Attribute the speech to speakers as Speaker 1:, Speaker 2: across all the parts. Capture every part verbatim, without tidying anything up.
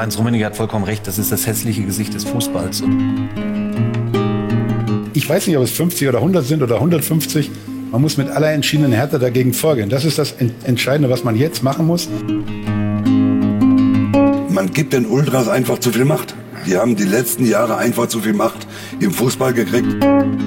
Speaker 1: Karl-Heinz Rummenigge hat vollkommen recht, das ist das hässliche Gesicht des Fußballs.
Speaker 2: Ich weiß nicht, ob es fünfzig oder hundert sind oder hundertfünfzig. Man muss mit aller entschiedenen Härte dagegen vorgehen. Das ist das Entscheidende, was man jetzt machen muss.
Speaker 3: Man gibt den Ultras einfach zu viel Macht. Die haben die letzten Jahre einfach zu viel Macht im Fußball gekriegt.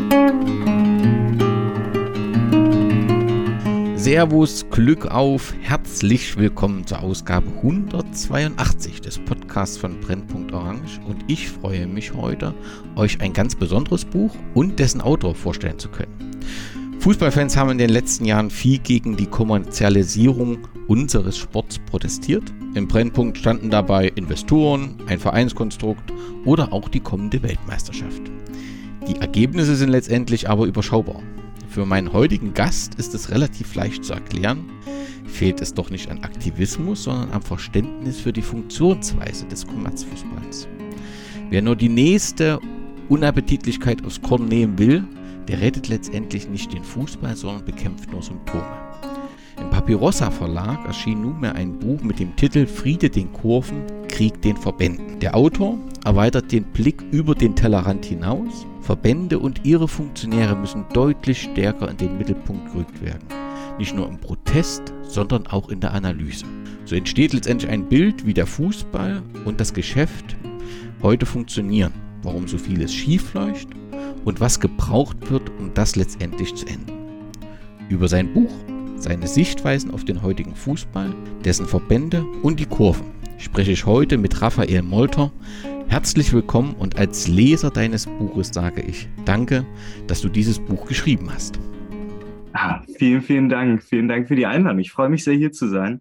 Speaker 4: Servus, Glück auf, herzlich willkommen zur Ausgabe hundertzweiundachtzig des Podcasts von Brennpunkt Orange und ich freue mich heute, euch ein ganz besonderes Buch und dessen Autor vorstellen zu können. Fußballfans haben in den letzten Jahren viel gegen die Kommerzialisierung unseres Sports protestiert. Im Brennpunkt standen dabei Investoren, ein Vereinskonstrukt oder auch die kommende Weltmeisterschaft. Die Ergebnisse sind letztendlich aber überschaubar. Für meinen heutigen Gast ist es relativ leicht zu erklären, fehlt es doch nicht an Aktivismus, sondern am Verständnis für die Funktionsweise des Kommerzfußballs. Wer nur die nächste Unappetitlichkeit aufs Korn nehmen will, der rettet letztendlich nicht den Fußball, sondern bekämpft nur Symptome. Im Papyrossa Verlag erschien nunmehr ein Buch mit dem Titel Friede den Kurven, Krieg den Verbänden. Der Autor erweitert den Blick über den Tellerrand hinaus. Verbände und ihre Funktionäre müssen deutlich stärker in den Mittelpunkt gerückt werden. Nicht nur im Protest, sondern auch in der Analyse. So entsteht letztendlich ein Bild, wie der Fußball und das Geschäft heute funktionieren, warum so vieles schiefläuft und was gebraucht wird, um das letztendlich zu ändern. Über sein Buch, seine Sichtweisen auf den heutigen Fußball, dessen Verbände und die Kurven spreche ich heute mit Raphael Molter. Herzlich willkommen und als Leser deines Buches sage ich danke, dass du dieses Buch geschrieben hast.
Speaker 5: Ah, vielen, vielen Dank. Vielen Dank für die Einladung. Ich freue mich sehr, hier zu sein.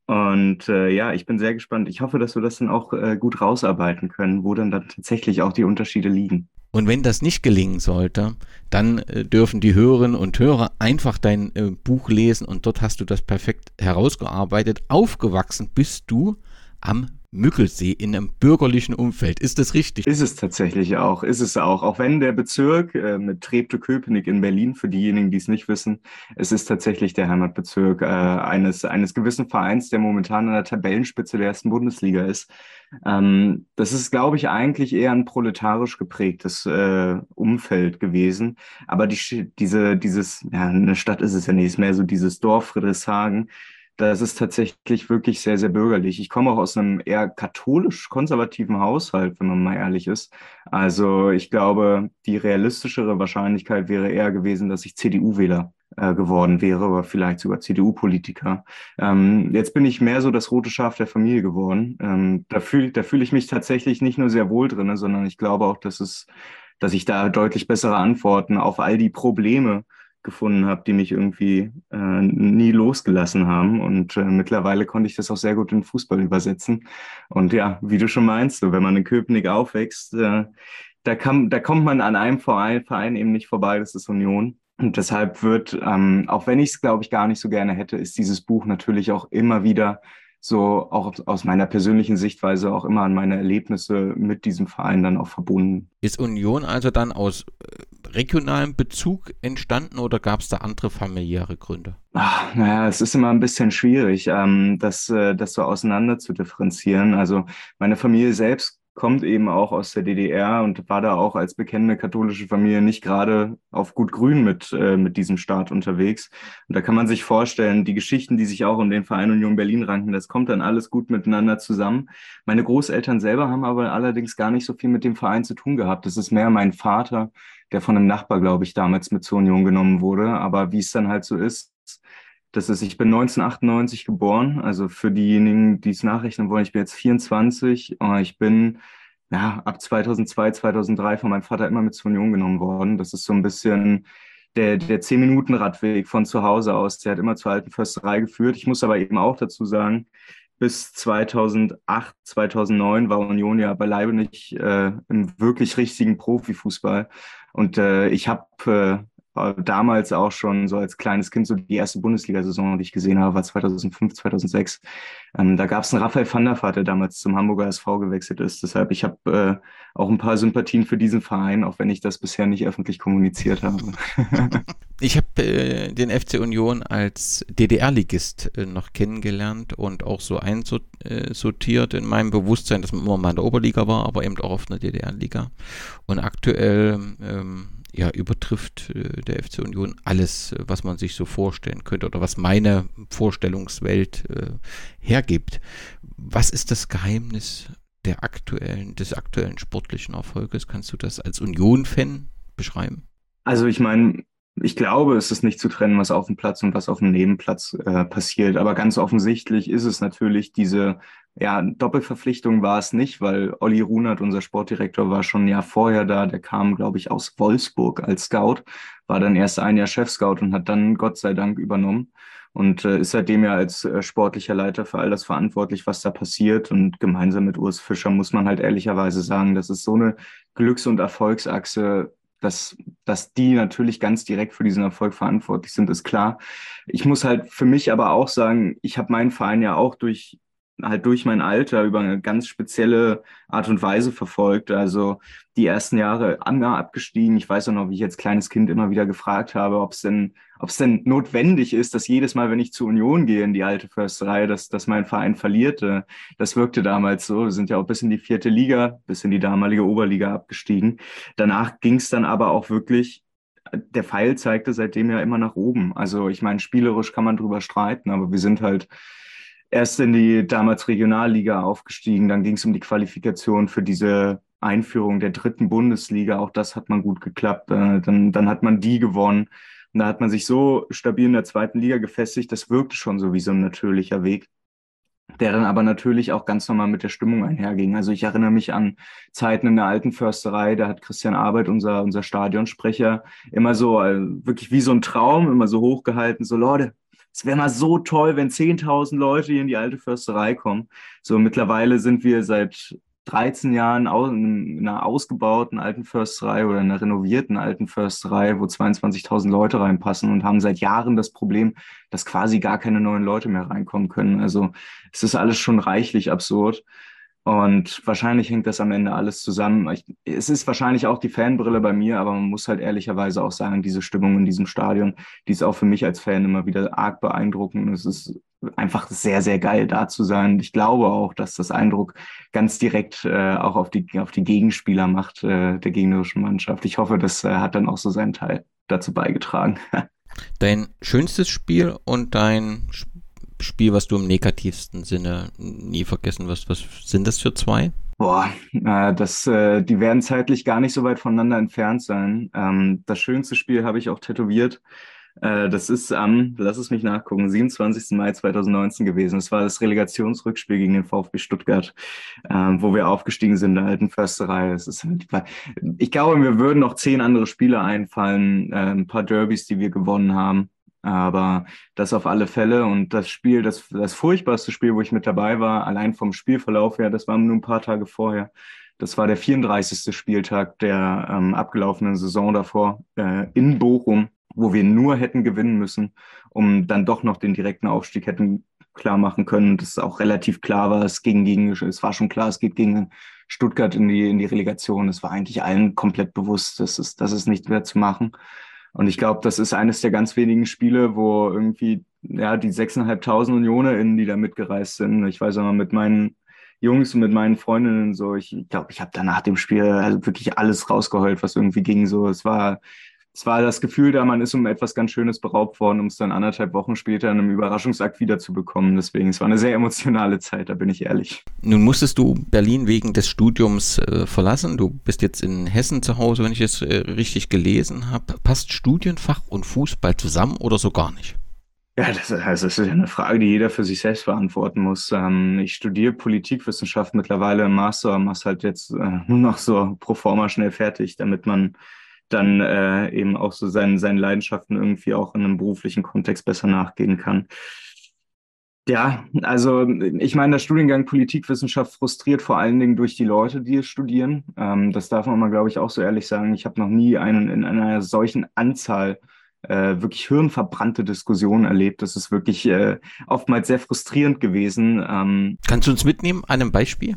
Speaker 5: Und äh, ja, ich bin sehr gespannt. Ich hoffe, dass wir das dann auch äh, gut rausarbeiten können, wo dann, dann tatsächlich auch die Unterschiede liegen.
Speaker 4: Und wenn das nicht gelingen sollte, dann äh, dürfen die Hörerinnen und Hörer einfach dein äh, Buch lesen und dort hast du das perfekt herausgearbeitet. Aufgewachsen bist du am Müggelsee in einem bürgerlichen Umfeld. Ist das richtig?
Speaker 5: Ist es tatsächlich auch, ist es auch. Auch wenn der Bezirk äh, mit Treptow-Köpenick in Berlin, für diejenigen, die es nicht wissen, es ist tatsächlich der Heimatbezirk äh, eines, eines gewissen Vereins, der momentan an der Tabellenspitze der ersten Bundesliga ist. Ähm, das ist, glaube ich, eigentlich eher ein proletarisch geprägtes äh, Umfeld gewesen. Aber die, diese, dieses, ja, eine Stadt ist es ja nicht, es ist mehr so dieses Dorf Friedrichshagen. Das ist tatsächlich wirklich sehr, sehr bürgerlich. Ich komme auch aus einem eher katholisch-konservativen Haushalt, wenn man mal ehrlich ist. Also ich glaube, die realistischere Wahrscheinlichkeit wäre eher gewesen, dass ich C D U-Wähler äh, geworden wäre oder vielleicht sogar C D U-Politiker. Ähm, jetzt bin ich mehr so das rote Schaf der Familie geworden. Ähm, da fühle da fühl ich mich tatsächlich nicht nur sehr wohl drin, sondern ich glaube auch, dass es, dass ich da deutlich bessere Antworten auf all die Probleme gefunden habe, die mich irgendwie äh, nie losgelassen haben. Und äh, mittlerweile konnte ich das auch sehr gut in Fußball übersetzen. Und ja, wie du schon meinst, so, wenn man in Köpenick aufwächst, äh, da, kann, da kommt man an einem Verein, Verein eben nicht vorbei, das ist Union. Und deshalb wird, ähm, auch wenn ich es, glaube ich, gar nicht so gerne hätte, ist dieses Buch natürlich auch immer wieder so, auch aus meiner persönlichen Sichtweise, auch immer an meine Erlebnisse mit diesem Verein dann auch verbunden.
Speaker 4: Ist Union also dann aus regionalem Bezug entstanden oder gab es da andere familiäre Gründe?
Speaker 5: Ach, naja, es ist immer ein bisschen schwierig, ähm, das, äh, das so auseinander zu differenzieren. Also meine Familie selbst kommt eben auch aus der D D R und war da auch als bekennende katholische Familie nicht gerade auf gut Grün mit, äh, mit diesem Staat unterwegs. Und da kann man sich vorstellen, die Geschichten, die sich auch um den Verein Union Berlin ranken, das kommt dann alles gut miteinander zusammen. Meine Großeltern selber haben aber allerdings gar nicht so viel mit dem Verein zu tun gehabt. Das ist mehr mein Vater, der von einem Nachbar, glaube ich, damals mit zur Union genommen wurde. Aber wie es dann halt so ist, das ist, ich bin neunzehnhundertachtundneunzig geboren, also für diejenigen, die es nachrechnen wollen, ich bin jetzt vierundzwanzig, ich bin ja ab zweitausendzwei, zweitausenddrei von meinem Vater immer mit zur Union genommen worden. Das ist so ein bisschen der, der zehn-Minuten-Radweg von zu Hause aus, der hat immer zur alten Försterei geführt. Ich muss aber eben auch dazu sagen, bis zweitausendacht, zweitausendneun war Union ja beileibe nicht äh, im wirklich richtigen Profifußball. Und äh, ich habe äh, äh, damals auch schon so als kleines Kind, so die erste Bundesliga-Saison, die ich gesehen habe, war zweitausendfünf, zweitausendsechs. Ähm, da gab es einen Raphael van der Vaart, der damals zum Hamburger S V gewechselt ist. Deshalb, ich habe äh, auch ein paar Sympathien für diesen Verein, auch wenn ich das bisher nicht öffentlich kommuniziert habe.
Speaker 4: Ich habe äh, den F C Union als D D R-Ligist äh, noch kennengelernt und auch so einsortiert in meinem Bewusstsein, dass man immer mal in der Oberliga war, aber eben auch auf einer D D R-Liga. Und aktuell ähm, ja, übertrifft äh, der F C Union alles, äh, was man sich so vorstellen könnte oder was meine Vorstellungswelt äh, hergibt. Was ist das Geheimnis der aktuellen, des aktuellen sportlichen Erfolges? Kannst du das als Union-Fan beschreiben?
Speaker 5: Also ich meine, ich glaube, es ist nicht zu trennen, was auf dem Platz und was auf dem Nebenplatz äh, passiert. Aber ganz offensichtlich ist es natürlich diese, ja, Doppelverpflichtung war es nicht, weil Olli Runert, unser Sportdirektor, war schon ein Jahr vorher da. Der kam, glaube ich, aus Wolfsburg als Scout, war dann erst ein Jahr Chefscout und hat dann Gott sei Dank übernommen und äh, ist seitdem ja als äh, sportlicher Leiter für all das verantwortlich, was da passiert. Und gemeinsam mit Urs Fischer muss man halt ehrlicherweise sagen, das ist so eine Glücks- und Erfolgsachse, dass, dass die natürlich ganz direkt für diesen Erfolg verantwortlich sind, ist klar. Ich muss halt für mich aber auch sagen, ich habe meinen Verein ja auch durch halt durch mein Alter über eine ganz spezielle Art und Weise verfolgt. Also die ersten Jahre immer abgestiegen. Ich weiß auch noch, wie ich als kleines Kind immer wieder gefragt habe, ob es denn, ob es denn notwendig ist, dass jedes Mal, wenn ich zur Union gehe in die alte Försterei, dass, dass mein Verein verliert. Das wirkte damals so. Wir sind ja auch bis in die vierte Liga, bis in die damalige Oberliga abgestiegen. Danach ging es dann aber auch wirklich, der Pfeil zeigte seitdem ja immer nach oben. Also ich meine, spielerisch kann man drüber streiten, aber wir sind halt erst in die damals Regionalliga aufgestiegen, dann ging es um die Qualifikation für diese Einführung der dritten Bundesliga, auch das hat man gut geklappt, äh, dann, dann hat man die gewonnen und da hat man sich so stabil in der zweiten Liga gefestigt, das wirkte schon so wie so ein natürlicher Weg, der dann aber natürlich auch ganz normal mit der Stimmung einherging. Also ich erinnere mich an Zeiten in der alten Försterei, da hat Christian Arbeit, unser, unser Stadionsprecher, immer so äh, wirklich wie so ein Traum, immer so hochgehalten, so Leute, es wäre mal so toll, wenn zehntausend Leute hier in die alte Försterei kommen. So mittlerweile sind wir seit dreizehn Jahren in einer ausgebauten alten Försterei oder in einer renovierten alten Försterei, wo zweiundzwanzigtausend Leute reinpassen und haben seit Jahren das Problem, dass quasi gar keine neuen Leute mehr reinkommen können. Also es ist alles schon reichlich absurd. Und wahrscheinlich hängt das am Ende alles zusammen. Ich, es ist wahrscheinlich auch die Fanbrille bei mir, aber man muss halt ehrlicherweise auch sagen, diese Stimmung in diesem Stadion, die ist auch für mich als Fan immer wieder arg beeindruckend. Es ist einfach sehr, sehr geil, da zu sein. Ich glaube auch, dass das Eindruck ganz direkt äh, auch auf die, auf die Gegenspieler macht, äh, der gegnerischen Mannschaft. Ich hoffe, das äh, hat dann auch so seinen Teil dazu beigetragen.
Speaker 4: Dein schönstes Spiel und dein Spiel, was du im negativsten Sinne nie vergessen wirst, was sind das für zwei?
Speaker 5: Boah, äh, das, äh, die werden zeitlich gar nicht so weit voneinander entfernt sein. Ähm, das schönste Spiel habe ich auch tätowiert. Äh, das ist am, lass es mich nachgucken, siebenundzwanzigsten Mai zweitausendneunzehn gewesen. Das war das Relegationsrückspiel gegen den VfB Stuttgart, äh, wo wir aufgestiegen sind in der alten Försterei. Es ist, ich glaube, mir würden noch zehn andere Spiele einfallen, äh, ein paar Derbys, die wir gewonnen haben. Aber das auf alle Fälle. Und das Spiel, das, das furchtbarste Spiel, wo ich mit dabei war, allein vom Spielverlauf her, das war nur ein paar Tage vorher. Das war der vierunddreißigste Spieltag der ähm, abgelaufenen Saison davor äh, in Bochum, wo wir nur hätten gewinnen müssen, um dann doch noch den direkten Aufstieg hätten klar machen können. Das auch relativ klar war, es ging gegen, es war schon klar, es geht gegen Stuttgart in die, in die Relegation. Es war eigentlich allen komplett bewusst, dass es, dass es nicht mehr zu machen. Und ich glaube, das ist eines der ganz wenigen Spiele, wo irgendwie ja die sechstausendfünfhundert UnionerInnen, die da mitgereist sind. Ich weiß auch noch mit meinen Jungs und mit meinen Freundinnen so, ich glaube, ich habe da nach dem Spiel also wirklich alles rausgeheult, was irgendwie ging. So, es war, es war das Gefühl da, man ist um etwas ganz Schönes beraubt worden, um es dann anderthalb Wochen später in einem Überraschungsakt wiederzubekommen. Deswegen, es war eine sehr emotionale Zeit, da bin ich ehrlich.
Speaker 4: Nun musstest du Berlin wegen des Studiums äh, verlassen. Du bist jetzt in Hessen zu Hause, wenn ich es äh, richtig gelesen habe. Passt Studienfach und Fußball zusammen oder so gar nicht?
Speaker 5: Ja, das, also das ist ja eine Frage, die jeder für sich selbst beantworten muss. Ähm, ich studiere Politikwissenschaft mittlerweile im Master, mach's halt jetzt äh, nur noch so pro forma schnell fertig, damit man dann äh, eben auch so seinen, seinen Leidenschaften irgendwie auch in einem beruflichen Kontext besser nachgehen kann. Ja, also ich meine, der Studiengang Politikwissenschaft frustriert vor allen Dingen durch die Leute, die es studieren. Ähm, das darf man mal, glaube ich, auch so ehrlich sagen. Ich habe noch nie einen in einer solchen Anzahl äh, wirklich hirnverbrannte Diskussionen erlebt. Das ist wirklich äh, oftmals sehr frustrierend gewesen. Ähm,
Speaker 4: Kannst du uns mitnehmen an einem Beispiel?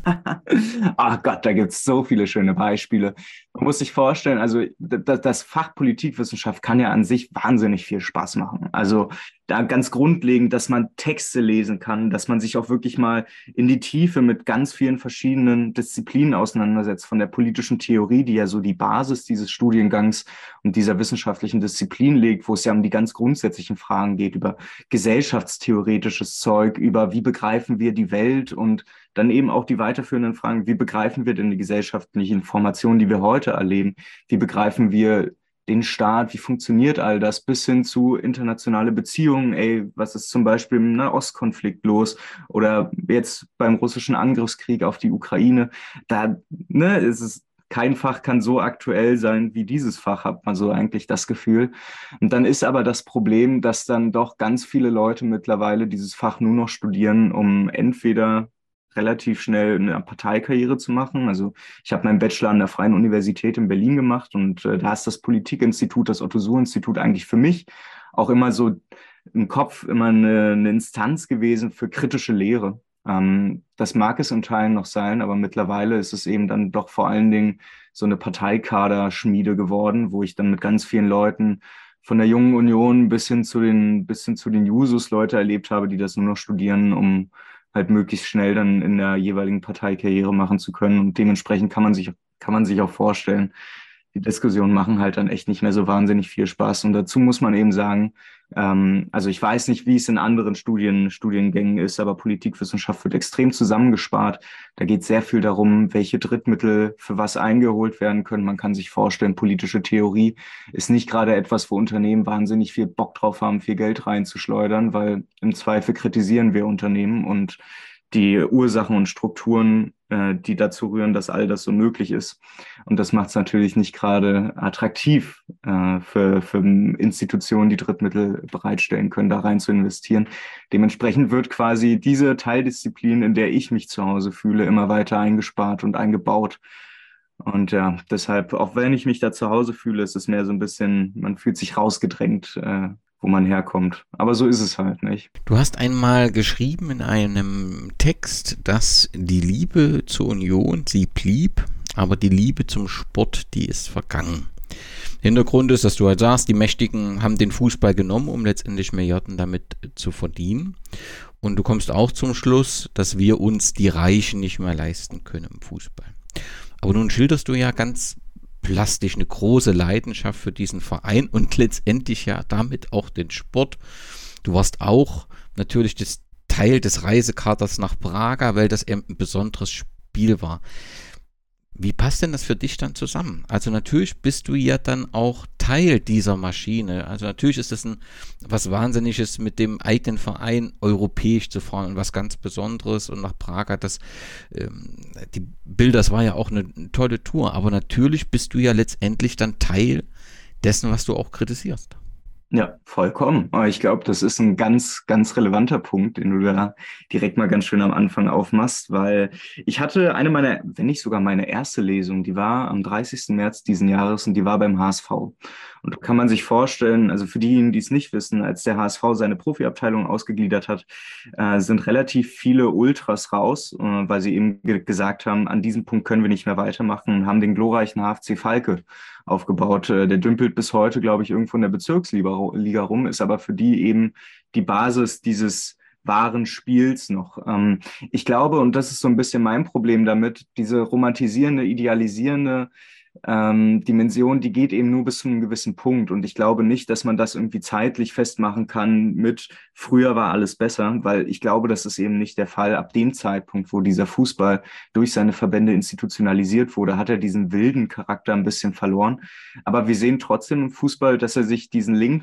Speaker 5: Ach Gott, da gibt's so viele schöne Beispiele. Man muss sich vorstellen, also das, das Fach Politikwissenschaft kann ja an sich wahnsinnig viel Spaß machen. Also da ganz grundlegend, dass man Texte lesen kann, dass man sich auch wirklich mal in die Tiefe mit ganz vielen verschiedenen Disziplinen auseinandersetzt, von der politischen Theorie, die ja so die Basis dieses Studiengangs und dieser wissenschaftlichen Disziplin legt, wo es ja um die ganz grundsätzlichen Fragen geht, über gesellschaftstheoretisches Zeug, über wie begreifen wir die Welt und dann eben auch die weiterführenden Fragen, wie begreifen wir denn die gesellschaftlichen Informationen, die wir heute erleben? Wie begreifen wir den Staat? Wie funktioniert all das? Bis hin zu internationale Beziehungen. Ey, was ist zum Beispiel im Nahostkonflikt los? Oder jetzt beim russischen Angriffskrieg auf die Ukraine? Da, ne, ist es kein Fach kann so aktuell sein wie dieses Fach, hat man so eigentlich das Gefühl. Und dann ist aber das Problem, dass dann doch ganz viele Leute mittlerweile dieses Fach nur noch studieren, um entweder relativ schnell eine Parteikarriere zu machen. Also ich habe meinen Bachelor an der Freien Universität in Berlin gemacht und äh, da ist das Politikinstitut, das Otto-Suhr-Institut eigentlich für mich auch immer so im Kopf immer eine, eine Instanz gewesen für kritische Lehre. Ähm, das mag es in Teilen noch sein, aber mittlerweile ist es eben dann doch vor allen Dingen so eine Parteikaderschmiede geworden, wo ich dann mit ganz vielen Leuten von der Jungen Union bis hin zu den, bis hin zu den Jusos Leute erlebt habe, die das nur noch studieren, um halt möglichst schnell dann in der jeweiligen Partei Karriere machen zu können. Und dementsprechend kann man sich, kann man sich auch vorstellen, die Diskussionen machen halt dann echt nicht mehr so wahnsinnig viel Spaß. Und dazu muss man eben sagen, ähm, also ich weiß nicht, wie es in anderen Studien, Studiengängen ist, aber Politikwissenschaft wird extrem zusammengespart. Da geht sehr viel darum, welche Drittmittel für was eingeholt werden können. Man kann sich vorstellen, politische Theorie ist nicht gerade etwas, wo Unternehmen wahnsinnig viel Bock drauf haben, viel Geld reinzuschleudern, weil im Zweifel kritisieren wir Unternehmen und die Ursachen und Strukturen, äh, die dazu rühren, dass all das so möglich ist. Und das macht es natürlich nicht gerade attraktiv äh, für, für Institutionen, die Drittmittel bereitstellen können, da rein zu investieren. Dementsprechend wird quasi diese Teildisziplin, in der ich mich zu Hause fühle, immer weiter eingespart und eingebaut. Und ja, deshalb, auch wenn ich mich da zu Hause fühle, ist es mehr so ein bisschen, man fühlt sich rausgedrängt, äh, wo man herkommt. Aber so ist es halt nicht.
Speaker 4: Du hast einmal geschrieben in einem Text, dass die Liebe zur Union, sie blieb, aber die Liebe zum Sport, die ist vergangen. Hintergrund ist, dass du halt sagst, die Mächtigen haben den Fußball genommen, um letztendlich Milliarden damit zu verdienen. Und du kommst auch zum Schluss, dass wir uns die Reichen nicht mehr leisten können im Fußball. Aber nun schilderst du ja ganz plastisch eine große Leidenschaft für diesen Verein und letztendlich ja damit auch den Sport. Du warst auch natürlich das Teil des Reisekaters nach Braga, weil das eben ein besonderes Spiel war. Wie passt denn das für dich dann zusammen? Also natürlich bist du ja dann auch Teil dieser Maschine. Also natürlich ist das ein, was Wahnsinniges, mit dem eigenen Verein europäisch zu fahren und was ganz Besonderes. Und nach Praga, das, ähm, die Bilder, das war ja auch eine, eine tolle Tour. Aber natürlich bist du ja letztendlich dann Teil dessen, was du auch kritisierst.
Speaker 5: Ja, vollkommen. Aber ich glaube, das ist ein ganz, ganz relevanter Punkt, den du da direkt mal ganz schön am Anfang aufmachst, weil ich hatte eine meiner, wenn nicht sogar meine erste Lesung, die war am dreißigsten März diesen Jahres und die war beim H S V. Und da kann man sich vorstellen, also für diejenigen, die es nicht wissen, als der H S V seine Profiabteilung ausgegliedert hat, äh, sind relativ viele Ultras raus, äh, weil sie eben ge- gesagt haben, an diesem Punkt können wir nicht mehr weitermachen und haben den glorreichen H F C Falke aufgebaut. Der dümpelt bis heute, glaube ich, irgendwo in der Bezirksliga Liga rum, ist aber für die eben die Basis dieses wahren Spiels noch. Ähm, ich glaube, und das ist so ein bisschen mein Problem damit, diese romantisierende, idealisierende ähm, Dimension, die geht eben nur bis zu einem gewissen Punkt. Und ich glaube nicht, dass man das irgendwie zeitlich festmachen kann mit früher war alles besser, weil ich glaube, das ist eben nicht der Fall. Ab dem Zeitpunkt, wo dieser Fußball durch seine Verbände institutionalisiert wurde, hat er diesen wilden Charakter ein bisschen verloren. Aber wir sehen trotzdem im Fußball, dass er sich diesen linken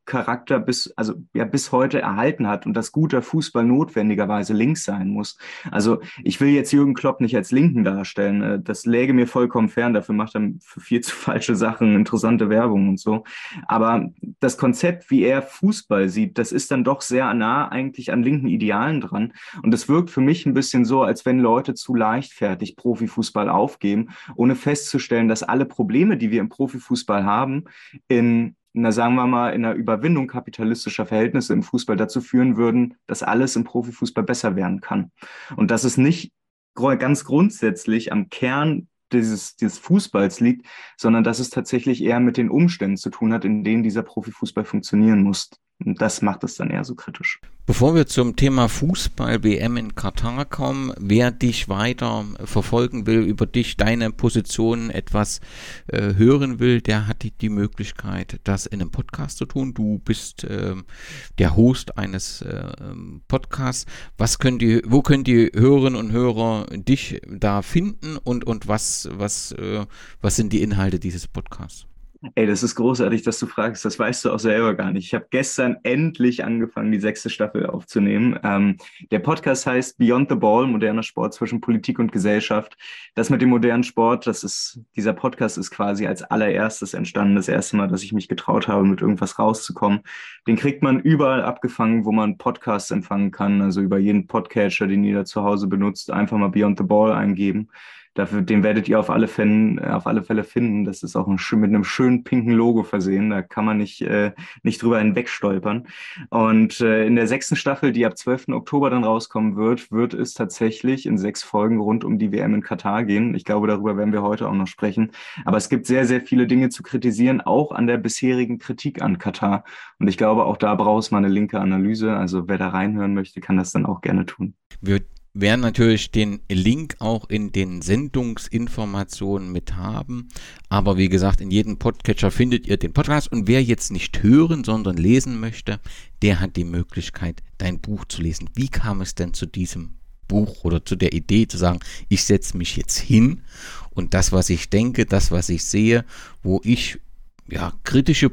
Speaker 5: Charakter bis, also ja, bis heute erhalten hat und dass guter Fußball notwendigerweise links sein muss. Also ich will jetzt Jürgen Klopp nicht als Linken darstellen. Das läge mir vollkommen fern. Dafür macht er für viel zu falsche Sachen, interessante Werbung und so. Aber das Konzept, wie er Fußball sieht, das ist dann doch sehr nah eigentlich an linken Idealen dran. Und es wirkt für mich ein bisschen so, als wenn Leute zu leichtfertig Profifußball aufgeben, ohne festzustellen, dass alle Probleme, die wir im Profifußball haben, in na, sagen wir mal, in der Überwindung kapitalistischer Verhältnisse im Fußball dazu führen würden, dass alles im Profifußball besser werden kann. Und dass es nicht ganz grundsätzlich am Kern dieses, dieses Fußballs liegt, sondern dass es tatsächlich eher mit den Umständen zu tun hat, in denen dieser Profifußball funktionieren muss. Und das macht es dann eher so kritisch.
Speaker 4: Bevor wir zum Thema Fußball-W M in Katar kommen, wer dich weiter verfolgen will, über dich, deine Positionen etwas äh, hören will, der hat die, die Möglichkeit, das in einem Podcast zu tun. Du bist äh, der Host eines äh, Podcasts. Was können die, wo können die Hörerinnen und Hörer dich da finden und, und was, was, äh, was sind die Inhalte dieses Podcasts?
Speaker 5: Ey, das ist großartig, dass du fragst. Das weißt du auch selber gar nicht. Ich habe gestern endlich angefangen, die sechste Staffel aufzunehmen. Ähm, der Podcast heißt Beyond the Ball, moderner Sport zwischen Politik und Gesellschaft. Das mit dem modernen Sport, das ist, dieser Podcast ist quasi als allererstes entstanden. Das erste Mal, dass ich mich getraut habe, mit irgendwas rauszukommen. Den kriegt man überall abgefangen, wo man Podcasts empfangen kann. Also über jeden Podcatcher, den jeder zu Hause benutzt, einfach mal Beyond the Ball eingeben. Dafür, den werdet ihr auf alle Fälle, auf alle Fälle finden. Das ist auch ein, mit einem schönen pinken Logo versehen. Da kann man nicht, äh, nicht drüber hinwegstolpern. Und äh, in der sechsten Staffel, die ab zwölften Oktober dann rauskommen wird, wird es tatsächlich in sechs Folgen rund um die W M in Katar gehen. Ich glaube, darüber werden wir heute auch noch sprechen. Aber es gibt sehr, sehr viele Dinge zu kritisieren, auch an der bisherigen Kritik an Katar. Und ich glaube, auch da braucht es mal eine linke Analyse. Also wer da reinhören möchte, kann das dann auch gerne tun.
Speaker 4: Wir werden natürlich den Link auch in den Sendungsinformationen mit haben, aber wie gesagt, in jedem Podcatcher findet ihr den Podcast und wer jetzt nicht hören, sondern lesen möchte, der hat die Möglichkeit, dein Buch zu lesen. Wie kam es denn zu diesem Buch oder zu der Idee zu sagen, ich setze mich jetzt hin und das, was ich denke, das, was ich sehe, wo ich ja kritische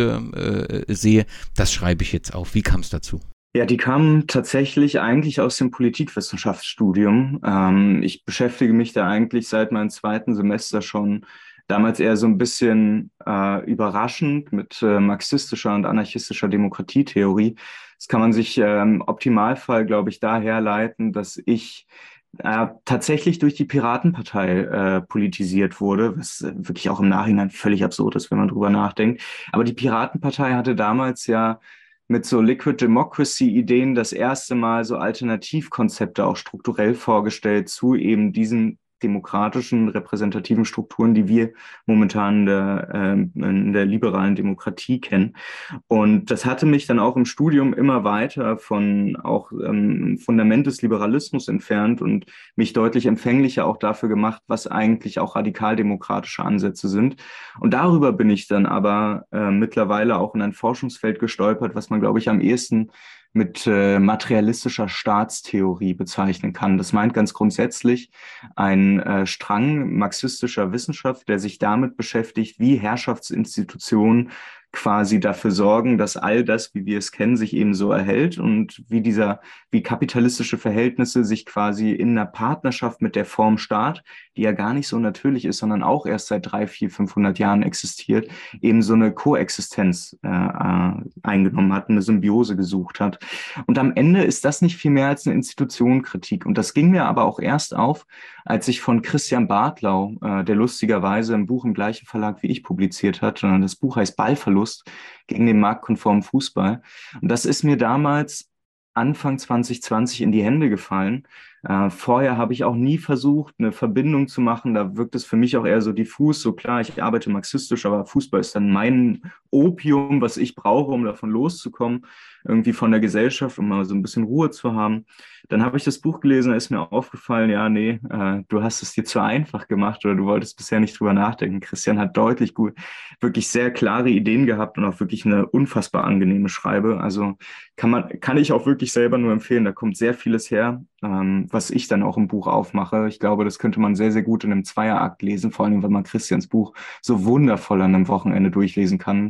Speaker 4: Punkte äh, sehe, das schreibe ich jetzt auf. Wie kam es dazu?
Speaker 5: Ja, die kamen tatsächlich eigentlich aus dem Politikwissenschaftsstudium. Ähm, ich beschäftige mich da eigentlich seit meinem zweiten Semester schon, damals eher so ein bisschen äh, überraschend mit äh, marxistischer und anarchistischer Demokratietheorie. Das kann man sich äh, im Optimalfall, glaube ich, da herleiten, dass ich äh, tatsächlich durch die Piratenpartei äh, politisiert wurde, was äh, wirklich auch im Nachhinein völlig absurd ist, wenn man drüber nachdenkt. Aber die Piratenpartei hatte damals ja mit so Liquid Democracy-Ideen das erste Mal so Alternativkonzepte auch strukturell vorgestellt zu eben diesen demokratischen, repräsentativen Strukturen, die wir momentan in der, äh, in der liberalen Demokratie kennen. Und das hatte mich dann auch im Studium immer weiter von auch ähm, Fundament des Liberalismus entfernt und mich deutlich empfänglicher auch dafür gemacht, was eigentlich auch radikaldemokratische Ansätze sind. Und darüber bin ich dann aber äh, mittlerweile auch in ein Forschungsfeld gestolpert, was man, glaube ich, am ehesten mit äh, materialistischer Staatstheorie bezeichnen kann. Das meint ganz grundsätzlich ein äh, Strang marxistischer Wissenschaft, der sich damit beschäftigt, wie Herrschaftsinstitutionen quasi dafür sorgen, dass all das, wie wir es kennen, sich eben so erhält und wie dieser, wie kapitalistische Verhältnisse sich quasi in einer Partnerschaft mit der Form Staat, die ja gar nicht so natürlich ist, sondern auch erst seit drei, vier, fünfhundert Jahren existiert, eben so eine Koexistenz äh, eingenommen hat, eine Symbiose gesucht hat. Und am Ende ist das nicht viel mehr als eine Institutionenkritik. Und das ging mir aber auch erst auf, als ich von Christian Bartlau, äh, der lustigerweise ein Buch im gleichen Verlag wie ich publiziert hat, äh, das Buch heißt Ballverlust gegen den marktkonformen Fußball. Und das ist mir damals Anfang zwanzig zwanzig in die Hände gefallen. Äh, vorher habe ich auch nie versucht, eine Verbindung zu machen. Da wirkt es für mich auch eher so diffus. So klar, ich arbeite marxistisch, aber Fußball ist dann mein Opium, was ich brauche, um davon loszukommen, irgendwie von der Gesellschaft, um mal so ein bisschen Ruhe zu haben. Dann habe ich das Buch gelesen, da ist mir aufgefallen, ja, nee, äh, du hast es dir zu einfach gemacht oder du wolltest bisher nicht drüber nachdenken. Christian hat deutlich gut, wirklich sehr klare Ideen gehabt und auch wirklich eine unfassbar angenehme Schreibe. Also kann man, kann ich auch wirklich selber nur empfehlen. Da kommt sehr vieles her, ähm, was ich dann auch im Buch aufmache. Ich glaube, das könnte man sehr, sehr gut in einem Zweierakt lesen, vor allem, wenn man Christians Buch so wundervoll an einem Wochenende durchlesen kann.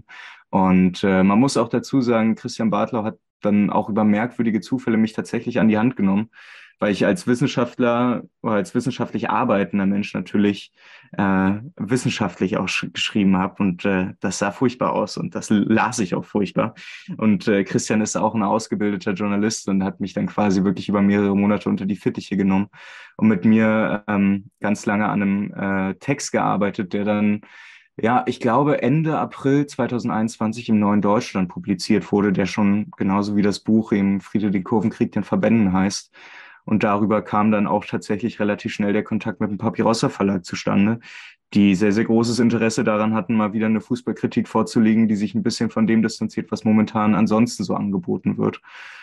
Speaker 5: Und äh, man muss auch dazu sagen, Christian Bartlau hat dann auch über merkwürdige Zufälle mich tatsächlich an die Hand genommen, weil ich als Wissenschaftler oder als wissenschaftlich arbeitender Mensch natürlich äh, wissenschaftlich auch sch- geschrieben habe und äh, das sah furchtbar aus und das las ich auch furchtbar. Und äh, Christian ist auch ein ausgebildeter Journalist und hat mich dann quasi wirklich über mehrere Monate unter die Fittiche genommen und mit mir ähm, ganz lange an einem äh, Text gearbeitet, der dann ja, ich glaube, Ende April zweitausendeinundzwanzig im Neuen Deutschland publiziert wurde, der schon genauso wie das Buch eben Friede den Kurvenkrieg den Verbänden heißt. Und darüber kam dann auch tatsächlich relativ schnell der Kontakt mit dem Papirossa Verlag zustande, die sehr, sehr großes Interesse daran hatten, mal wieder eine Fußballkritik vorzulegen, die sich ein bisschen von dem distanziert, was momentan ansonsten so angeboten wird.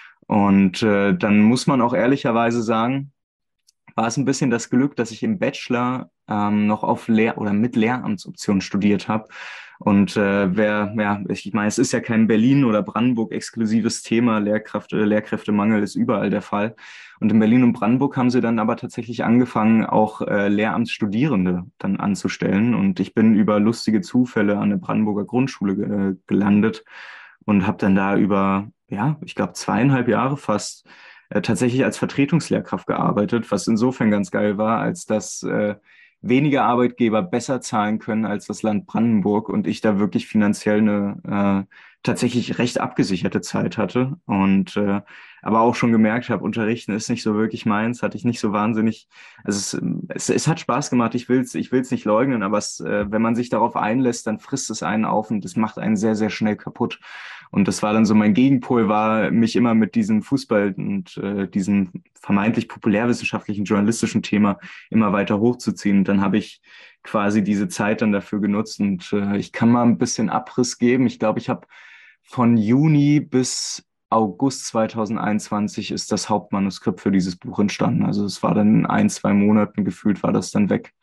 Speaker 5: Und äh, dann muss man auch ehrlicherweise sagen, war es ein bisschen das Glück, dass ich im Bachelor ähm, noch auf Lehr- oder mit Lehramtsoption studiert habe. Und äh, wer, ja, ich meine, es ist ja kein Berlin oder Brandenburg exklusives Thema. Lehrkraft, äh, Lehrkräftemangel ist überall der Fall. Und in Berlin und Brandenburg haben sie dann aber tatsächlich angefangen, auch äh, Lehramtsstudierende dann anzustellen. Und ich bin über lustige Zufälle an eine Brandenburger Grundschule ge- gelandet und habe dann da über, ja, ich glaube zweieinhalb Jahre fast äh, tatsächlich als Vertretungslehrkraft gearbeitet, was insofern ganz geil war, als dass äh, wenige Arbeitgeber besser zahlen können als das Land Brandenburg und ich da wirklich finanziell eine äh, tatsächlich recht abgesicherte Zeit hatte und äh, aber auch schon gemerkt habe, Unterrichten ist nicht so wirklich meins, hatte ich nicht so wahnsinnig, also es, es, es hat Spaß gemacht, ich will es ich will's nicht leugnen, aber es, äh, wenn man sich darauf einlässt, dann frisst es einen auf und das macht einen sehr, sehr schnell kaputt. Und das war dann so mein Gegenpol, war mich immer mit diesem Fußball und äh, diesem vermeintlich populärwissenschaftlichen, journalistischen Thema immer weiter hochzuziehen. Und dann habe ich quasi diese Zeit dann dafür genutzt und äh, ich kann mal ein bisschen Abriss geben. Ich glaube, ich habe von Juni bis August zweitausendeinundzwanzig ist das Hauptmanuskript für dieses Buch entstanden. Also es war dann in ein, zwei Monaten gefühlt, war das dann weg.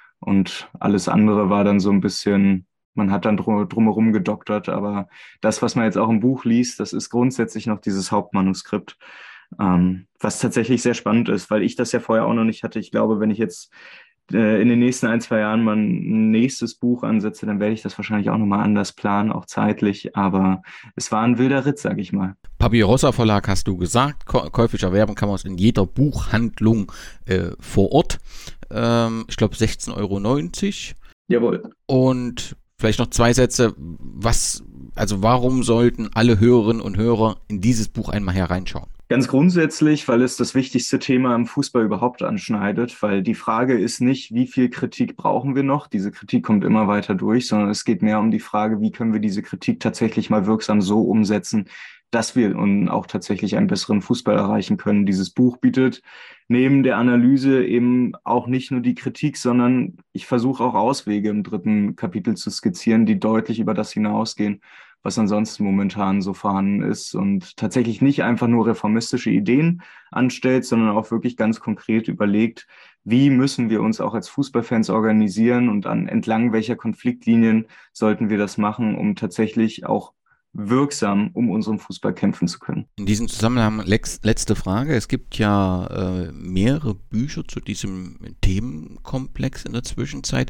Speaker 5: Und alles andere war dann so ein bisschen, man hat dann drum, drumherum gedoktert, aber das, was man jetzt auch im Buch liest, das ist grundsätzlich noch dieses Hauptmanuskript, ähm, was tatsächlich sehr spannend ist, weil ich das ja vorher auch noch nicht hatte. Ich glaube, wenn ich jetzt äh, in den nächsten ein, zwei Jahren mal ein nächstes Buch ansetze, dann werde ich das wahrscheinlich auch nochmal anders planen, auch zeitlich, aber es war ein wilder Ritt, sag ich mal.
Speaker 4: Papirossa Verlag hast du gesagt, käuflich erwerben kann man es in jeder Buchhandlung äh, vor Ort. Ähm, ich glaube sechzehn Euro neunzig.
Speaker 5: Jawohl.
Speaker 4: Und vielleicht noch zwei Sätze, was, also warum sollten alle Hörerinnen und Hörer in dieses Buch einmal hereinschauen?
Speaker 5: Ganz grundsätzlich, weil es das wichtigste Thema im Fußball überhaupt anschneidet, weil die Frage ist nicht, wie viel Kritik brauchen wir noch? Diese Kritik kommt immer weiter durch, sondern es geht mehr um die Frage, wie können wir diese Kritik tatsächlich mal wirksam so umsetzen, dass wir und auch tatsächlich einen besseren Fußball erreichen können. Dieses Buch bietet neben der Analyse eben auch nicht nur die Kritik, sondern ich versuche auch Auswege im dritten Kapitel zu skizzieren, die deutlich über das hinausgehen, was ansonsten momentan so vorhanden ist und tatsächlich nicht einfach nur reformistische Ideen anstellt, sondern auch wirklich ganz konkret überlegt, wie müssen wir uns auch als Fußballfans organisieren und an entlang welcher Konfliktlinien sollten wir das machen, um tatsächlich auch wirksam um unseren Fußball kämpfen zu können.
Speaker 4: In diesem Zusammenhang lex- letzte Frage. Es gibt ja äh, mehrere Bücher zu diesem Themenkomplex in der Zwischenzeit.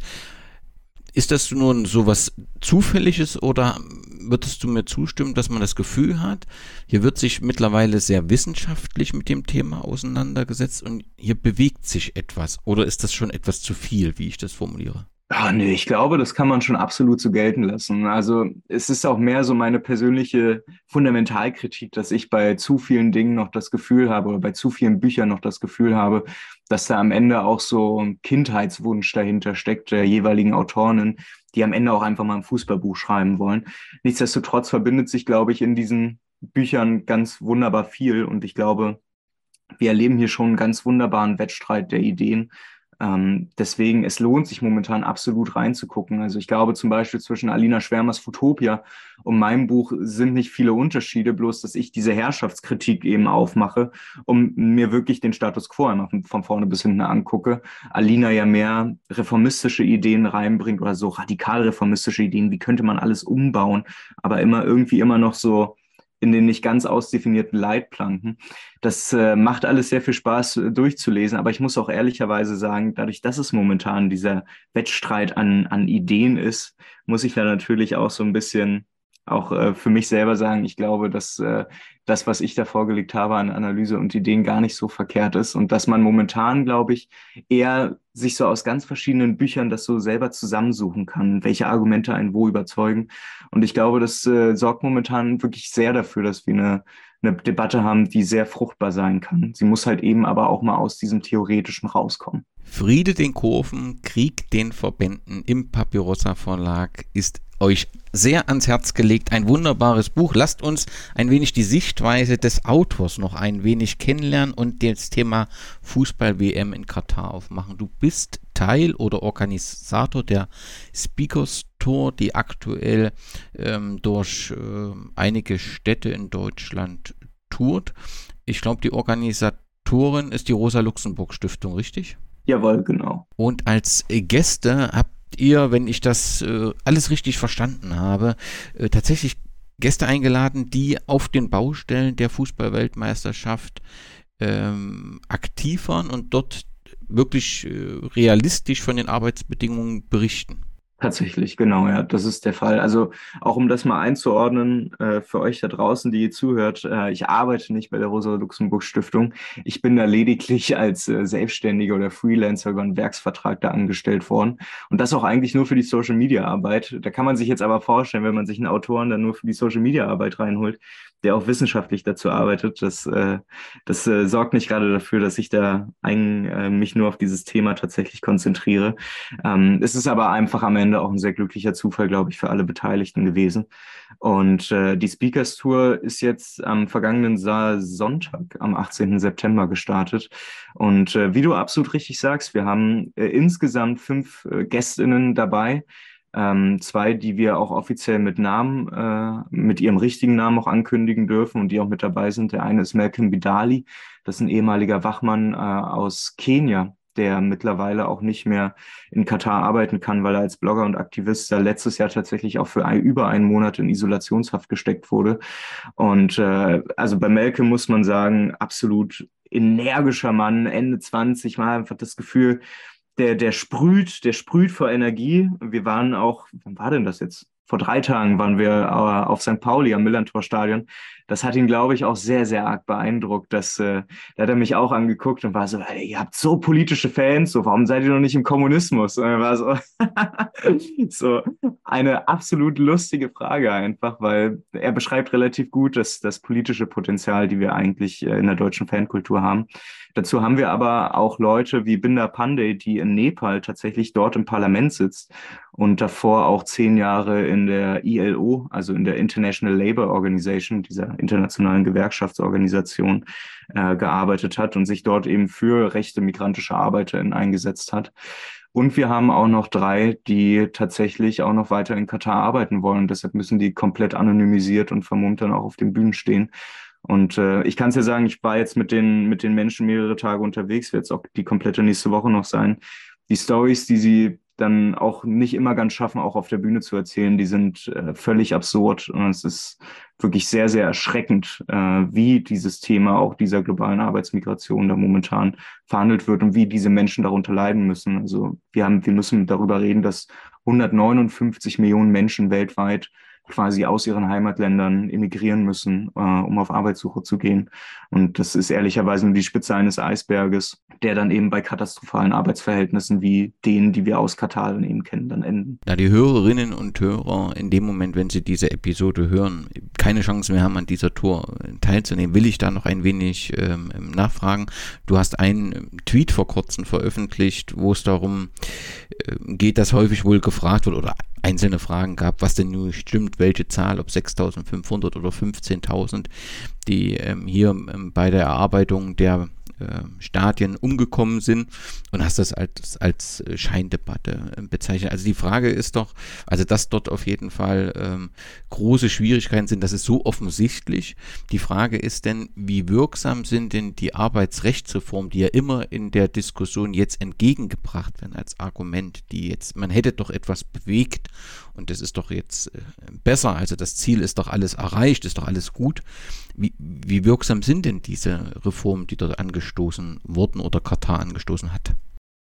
Speaker 4: Ist das nur so was Zufälliges oder würdest du mir zustimmen, dass man das Gefühl hat, hier wird sich mittlerweile sehr wissenschaftlich mit dem Thema auseinandergesetzt und hier bewegt sich etwas? Oder ist das schon etwas zu viel, wie ich das formuliere?
Speaker 5: Ah, nee, ich glaube, das kann man schon absolut so gelten lassen. Also es ist auch mehr so meine persönliche Fundamentalkritik, dass ich bei zu vielen Dingen noch das Gefühl habe oder bei zu vielen Büchern noch das Gefühl habe, dass da am Ende auch so ein Kindheitswunsch dahinter steckt, der jeweiligen Autorinnen, die am Ende auch einfach mal ein Fußballbuch schreiben wollen. Nichtsdestotrotz verbindet sich, glaube ich, in diesen Büchern ganz wunderbar viel und ich glaube, wir erleben hier schon einen ganz wunderbaren Wettstreit der Ideen. Ähm, deswegen, es lohnt sich momentan absolut reinzugucken. Also ich glaube zum Beispiel zwischen Alina Schwärmers Futopia und meinem Buch sind nicht viele Unterschiede, bloß dass ich diese Herrschaftskritik eben aufmache, um mir wirklich den Status quo einmal von, von vorne bis hinten angucke. Alina ja mehr reformistische Ideen reinbringt oder so radikal reformistische Ideen, wie könnte man alles umbauen, aber immer irgendwie immer noch so in den nicht ganz ausdefinierten Leitplanken. Das äh, macht alles sehr viel Spaß äh, durchzulesen, aber ich muss auch ehrlicherweise sagen, dadurch, dass es momentan dieser Wettstreit an, an Ideen ist, muss ich da natürlich auch so ein bisschen auch äh, für mich selber sagen, ich glaube, dass äh, das, was ich da vorgelegt habe an Analyse und Ideen, gar nicht so verkehrt ist und dass man momentan, glaube ich, eher sich so aus ganz verschiedenen Büchern das so selber zusammensuchen kann, welche Argumente einen wo überzeugen. Und ich glaube, das äh, sorgt momentan wirklich sehr dafür, dass wir eine, eine Debatte haben, die sehr fruchtbar sein kann. Sie muss halt eben aber auch mal aus diesem Theoretischen rauskommen.
Speaker 4: Friede den Kurven, Krieg den Verbänden im Papyrossa Verlag ist euch sehr ans Herz gelegt. Ein wunderbares Buch. Lasst uns ein wenig die Sichtweise des Autors noch ein wenig kennenlernen und das Thema Fußball-W M in Katar aufmachen. Du bist Teil oder Organisator der Speakers Tour, die aktuell ähm, durch äh, einige Städte in Deutschland tourt. Ich glaube, die Organisatorin ist die Rosa-Luxemburg-Stiftung, richtig?
Speaker 5: Jawohl, genau.
Speaker 4: Und als äh, Gäste habt ihr, wenn ich das äh, alles richtig verstanden habe, äh, tatsächlich Gäste eingeladen, die auf den Baustellen der Fußball-Weltmeisterschaft ähm, aktiv waren und dort wirklich äh, realistisch von den Arbeitsbedingungen berichten.
Speaker 5: Tatsächlich, genau, ja, das ist der Fall. Also auch um das mal einzuordnen, äh, für euch da draußen, die ihr zuhört, äh, ich arbeite nicht bei der Rosa-Luxemburg-Stiftung. Ich bin da lediglich als äh, Selbstständiger oder Freelancer über einen Werksvertrag da angestellt worden. Und das auch eigentlich nur für die Social-Media-Arbeit. Da kann man sich jetzt aber vorstellen, wenn man sich einen Autoren dann nur für die Social-Media-Arbeit reinholt, der auch wissenschaftlich dazu arbeitet, das, äh, das äh, sorgt nicht gerade dafür, dass ich da ein, äh, mich nur auf dieses Thema tatsächlich konzentriere. Ähm, es ist aber einfach am Ende auch ein sehr glücklicher Zufall, glaube ich, für alle Beteiligten gewesen. Und äh, die Speakers Tour ist jetzt am vergangenen Sa- Sonntag, am achtzehnten September gestartet. Und äh, wie du absolut richtig sagst, wir haben äh, insgesamt fünf äh, GästInnen dabei. Ähm, zwei, die wir auch offiziell mit Namen, äh, mit ihrem richtigen Namen auch ankündigen dürfen und die auch mit dabei sind. Der eine ist Malcolm Bidali, das ist ein ehemaliger Wachmann äh, aus Kenia, der mittlerweile auch nicht mehr in Katar arbeiten kann, weil er als Blogger und Aktivist da letztes Jahr tatsächlich auch für ein, über einen Monat in Isolationshaft gesteckt wurde. Und äh, also bei Malcolm muss man sagen, absolut energischer Mann, Ende zwanzig, mal einfach das Gefühl, Der, der sprüht, der sprüht vor Energie. Wir waren auch, wann war denn das jetzt? Vor drei Tagen waren wir äh, auf Sankt Pauli am Millerntor-Stadion. Das hat ihn, glaube ich, auch sehr, sehr arg beeindruckt. Dass, äh, da hat er mich auch angeguckt und war so, hey, ihr habt so politische Fans, so warum seid ihr noch nicht im Kommunismus? Und er war so, so eine absolut lustige Frage einfach, weil er beschreibt relativ gut das, das politische Potenzial, die wir eigentlich äh, in der deutschen Fankultur haben. Dazu haben wir aber auch Leute wie Binder Pandey, die in Nepal tatsächlich dort im Parlament sitzt und davor auch zehn Jahre in der I L O, also in der International Labour Organization, dieser internationalen Gewerkschaftsorganisation, äh, gearbeitet hat und sich dort eben für Rechte migrantischer ArbeiterInnen eingesetzt hat. Und wir haben auch noch drei, die tatsächlich auch noch weiter in Katar arbeiten wollen. Deshalb müssen die komplett anonymisiert und vermummt dann auch auf den Bühnen stehen. Und äh, ich kann es ja sagen, ich war jetzt mit den, mit den Menschen mehrere Tage unterwegs, wird es auch die komplette nächste Woche noch sein. Die Stories, die sie dann auch nicht immer ganz schaffen, auch auf der Bühne zu erzählen, die sind äh, völlig absurd. Und es ist wirklich sehr, sehr erschreckend, äh, wie dieses Thema auch dieser globalen Arbeitsmigration da momentan verhandelt wird und wie diese Menschen darunter leiden müssen. Also wir haben, wir müssen darüber reden, dass hundertneunundfünfzig Millionen Menschen weltweit quasi aus ihren Heimatländern emigrieren müssen, äh, um auf Arbeitssuche zu gehen. Und das ist ehrlicherweise nur die Spitze eines Eisberges, der dann eben bei katastrophalen Arbeitsverhältnissen wie denen, die wir aus Katar dann eben kennen, dann enden.
Speaker 4: Da die Hörerinnen und Hörer in dem Moment, wenn sie diese Episode hören, keine Chance mehr haben, an dieser Tour teilzunehmen, will ich da noch ein wenig ähm, nachfragen. Du hast einen Tweet vor kurzem veröffentlicht, wo es darum äh, geht, dass häufig wohl gefragt wird oder einzelne Fragen gab, was denn nun stimmt, welche Zahl, ob sechstausendfünfhundert oder fünfzehntausend, die ähm, hier ähm, bei der Erarbeitung der äh, Stadien umgekommen sind, und hast das als, als Scheindebatte äh, bezeichnet. Also die Frage ist doch, also dass dort auf jeden Fall ähm, große Schwierigkeiten sind, das ist so offensichtlich. Die Frage ist denn, wie wirksam sind denn die Arbeitsrechtsreformen, die ja immer in der Diskussion jetzt entgegengebracht werden als Argument, die jetzt, man hätte doch etwas bewegt und das ist doch jetzt äh, besser, also das Ziel ist doch alles erreicht, ist doch alles gut. Wie, wie wirksam sind denn diese Reformen, die dort angestoßen wurden oder Katar angestoßen hat?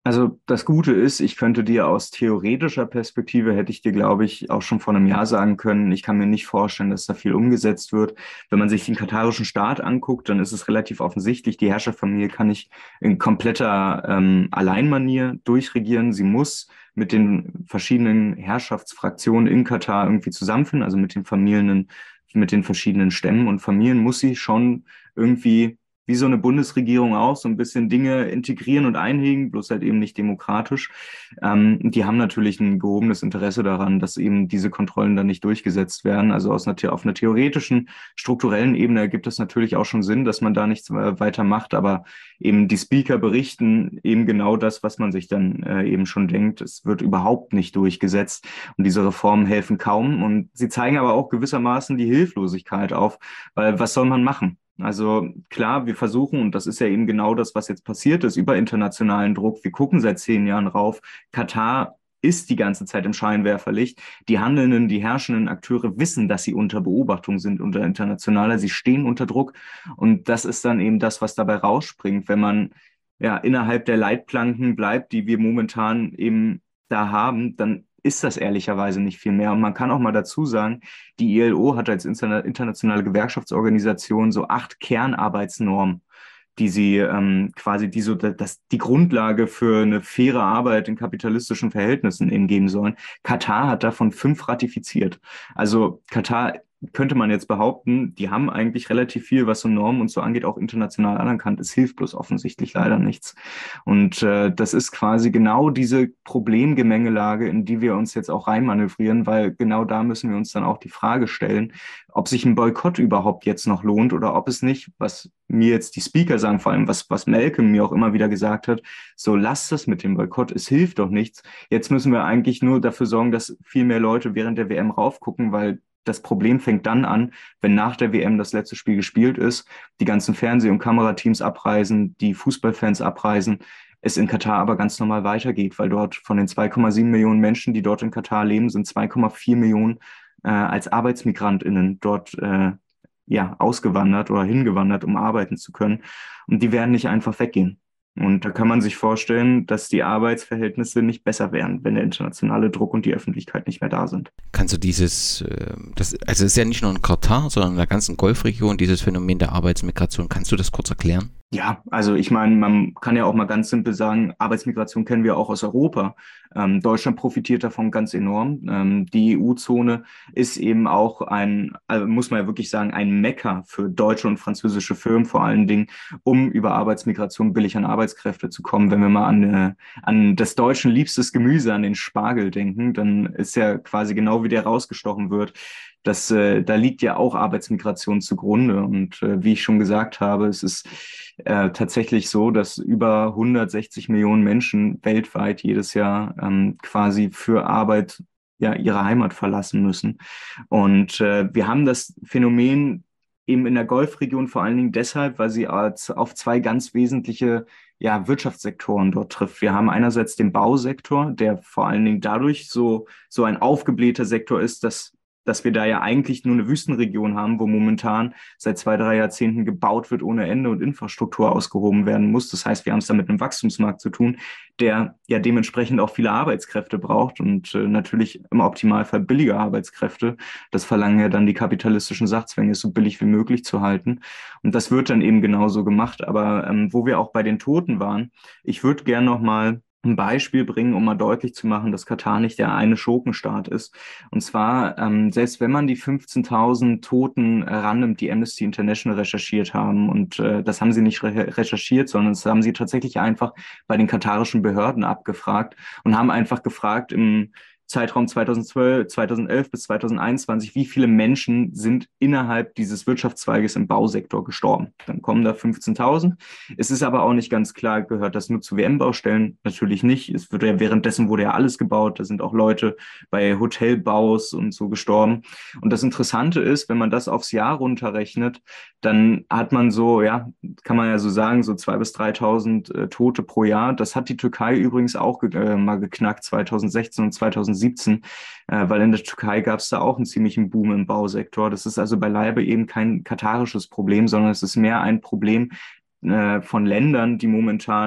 Speaker 5: Also das Gute ist, ich könnte dir aus theoretischer Perspektive, hätte ich dir, glaube ich, auch schon vor einem Jahr sagen können, ich kann mir nicht vorstellen, dass da viel umgesetzt wird. Wenn man sich den katarischen Staat anguckt, dann ist es relativ offensichtlich, die Herrscherfamilie kann nicht in kompletter ähm, Alleinmanier durchregieren. Sie muss mit den verschiedenen Herrschaftsfraktionen in Katar irgendwie zusammenfinden, also mit den Familien, mit den verschiedenen Stämmen und Familien muss sie schon irgendwie wie so eine Bundesregierung auch, so ein bisschen Dinge integrieren und einhegen, bloß halt eben nicht demokratisch. Ähm, die haben natürlich ein gehobenes Interesse daran, dass eben diese Kontrollen dann nicht durchgesetzt werden. Also aus einer, auf einer theoretischen, strukturellen Ebene ergibt es natürlich auch schon Sinn, dass man da nichts weiter macht, aber eben die Speaker berichten eben genau das, was man sich dann äh, eben schon denkt. Es wird überhaupt nicht durchgesetzt und diese Reformen helfen kaum und sie zeigen aber auch gewissermaßen die Hilflosigkeit auf, weil was soll man machen? Also klar, wir versuchen, und das ist ja eben genau das, was jetzt passiert ist, über internationalen Druck. Wir gucken seit zehn Jahren rauf. Katar ist die ganze Zeit im Scheinwerferlicht. Die handelnden, die herrschenden Akteure wissen, dass sie unter Beobachtung sind, unter internationaler. Sie stehen unter Druck. Und das ist dann eben das, was dabei rausspringt, wenn man ja innerhalb der Leitplanken bleibt, die wir momentan eben da haben, dann ist das ehrlicherweise nicht viel mehr. Und man kann auch mal dazu sagen, die I L O hat als internationale Gewerkschaftsorganisation so acht Kernarbeitsnormen, die sie ähm, quasi die so das, die Grundlage für eine faire Arbeit in kapitalistischen Verhältnissen eben geben sollen. Katar hat davon fünf ratifiziert. Also Katar könnte man jetzt behaupten, die haben eigentlich relativ viel, was so Normen und so angeht, auch international anerkannt. Es hilft bloß offensichtlich leider nichts. Und äh, das ist quasi genau diese Problemgemengelage, in die wir uns jetzt auch reinmanövrieren, weil genau da müssen wir uns dann auch die Frage stellen, ob sich ein Boykott überhaupt jetzt noch lohnt oder ob es nicht, was mir jetzt die Speaker sagen, vor allem was, was Malcolm mir auch immer wieder gesagt hat, so lasst das mit dem Boykott, es hilft doch nichts. Jetzt müssen wir eigentlich nur dafür sorgen, dass viel mehr Leute während der W M raufgucken, weil das Problem fängt dann an, wenn nach der W M das letzte Spiel gespielt ist, die ganzen Fernseh- und Kamerateams abreisen, die Fußballfans abreisen, es in Katar aber ganz normal weitergeht, weil dort von den zwei Komma sieben Millionen Menschen, die dort in Katar leben, sind zwei Komma vier Millionen äh, als ArbeitsmigrantInnen dort äh, ja, ausgewandert oder hingewandert, um arbeiten zu können. Und die werden nicht einfach weggehen. Und da kann man sich vorstellen, dass die Arbeitsverhältnisse nicht besser werden, wenn der internationale Druck und die Öffentlichkeit nicht mehr da sind.
Speaker 4: Kannst du dieses, das, also es ist ja nicht nur in Katar, sondern in der ganzen Golfregion, dieses Phänomen der Arbeitsmigration, kannst du das kurz erklären?
Speaker 5: Ja, also ich meine, man kann ja auch mal ganz simpel sagen, Arbeitsmigration kennen wir auch aus Europa. Ähm, Deutschland profitiert davon ganz enorm. Ähm, die E U-Zone ist eben auch ein, also muss man ja wirklich sagen, ein Mekka für deutsche und französische Firmen vor allen Dingen, um über Arbeitsmigration billig an Arbeitskräfte zu kommen. Wenn wir mal an, äh, an das deutschen liebstes Gemüse, an den Spargel denken, dann ist ja quasi genau wie der rausgestochen wird. Das, äh, da liegt ja auch Arbeitsmigration zugrunde. Und äh, wie ich schon gesagt habe, es ist äh, tatsächlich so, dass über hundertsechzig Millionen Menschen weltweit jedes Jahr ähm, quasi für Arbeit ja ihre Heimat verlassen müssen. Und äh, wir haben das Phänomen eben in der Golfregion vor allen Dingen deshalb, weil sie als, auf zwei ganz wesentliche ja, Wirtschaftssektoren dort trifft. Wir haben einerseits den Bausektor, der vor allen Dingen dadurch so, so ein aufgeblähter Sektor ist, dass dass wir da ja eigentlich nur eine Wüstenregion haben, wo momentan seit zwei, drei Jahrzehnten gebaut wird ohne Ende und Infrastruktur ausgehoben werden muss. Das heißt, wir haben es da mit einem Wachstumsmarkt zu tun, der ja dementsprechend auch viele Arbeitskräfte braucht und äh, natürlich im Optimalfall billige Arbeitskräfte. Das verlangen ja dann die kapitalistischen Sachzwänge, es so billig wie möglich zu halten. Und das wird dann eben genauso gemacht. Aber ähm, wo wir auch bei den Toten waren, ich würde gern noch mal ein Beispiel bringen, um mal deutlich zu machen, dass Katar nicht der eine Schurkenstaat ist. Und zwar, ähm, selbst wenn man die fünfzehntausend Toten äh, rannimmt, die Amnesty International recherchiert haben, und äh, das haben sie nicht re- recherchiert, sondern das haben sie tatsächlich einfach bei den katarischen Behörden abgefragt und haben einfach gefragt im Zeitraum zweitausendzwölf, zweitausendelf bis zweitausendeinundzwanzig, wie viele Menschen sind innerhalb dieses Wirtschaftszweiges im Bausektor gestorben. Dann kommen da fünfzehntausend. Es ist aber auch nicht ganz klar, gehört das nur zu W M-Baustellen? Natürlich nicht. Es wird ja währenddessen wurde ja alles gebaut. Da sind auch Leute bei Hotelbaus und so gestorben. Und das Interessante ist, wenn man das aufs Jahr runterrechnet, dann hat man so, ja, kann man ja so sagen, so zweitausend bis dreitausend äh, Tote pro Jahr. Das hat die Türkei übrigens auch ge- äh, mal geknackt, zweitausendsechzehn und zweitausendsiebzehn. Äh, weil in der Türkei gab es da auch einen ziemlichen Boom im Bausektor. Das ist also beileibe eben kein katarisches Problem, sondern es ist mehr ein Problem äh, von Ländern, die momentan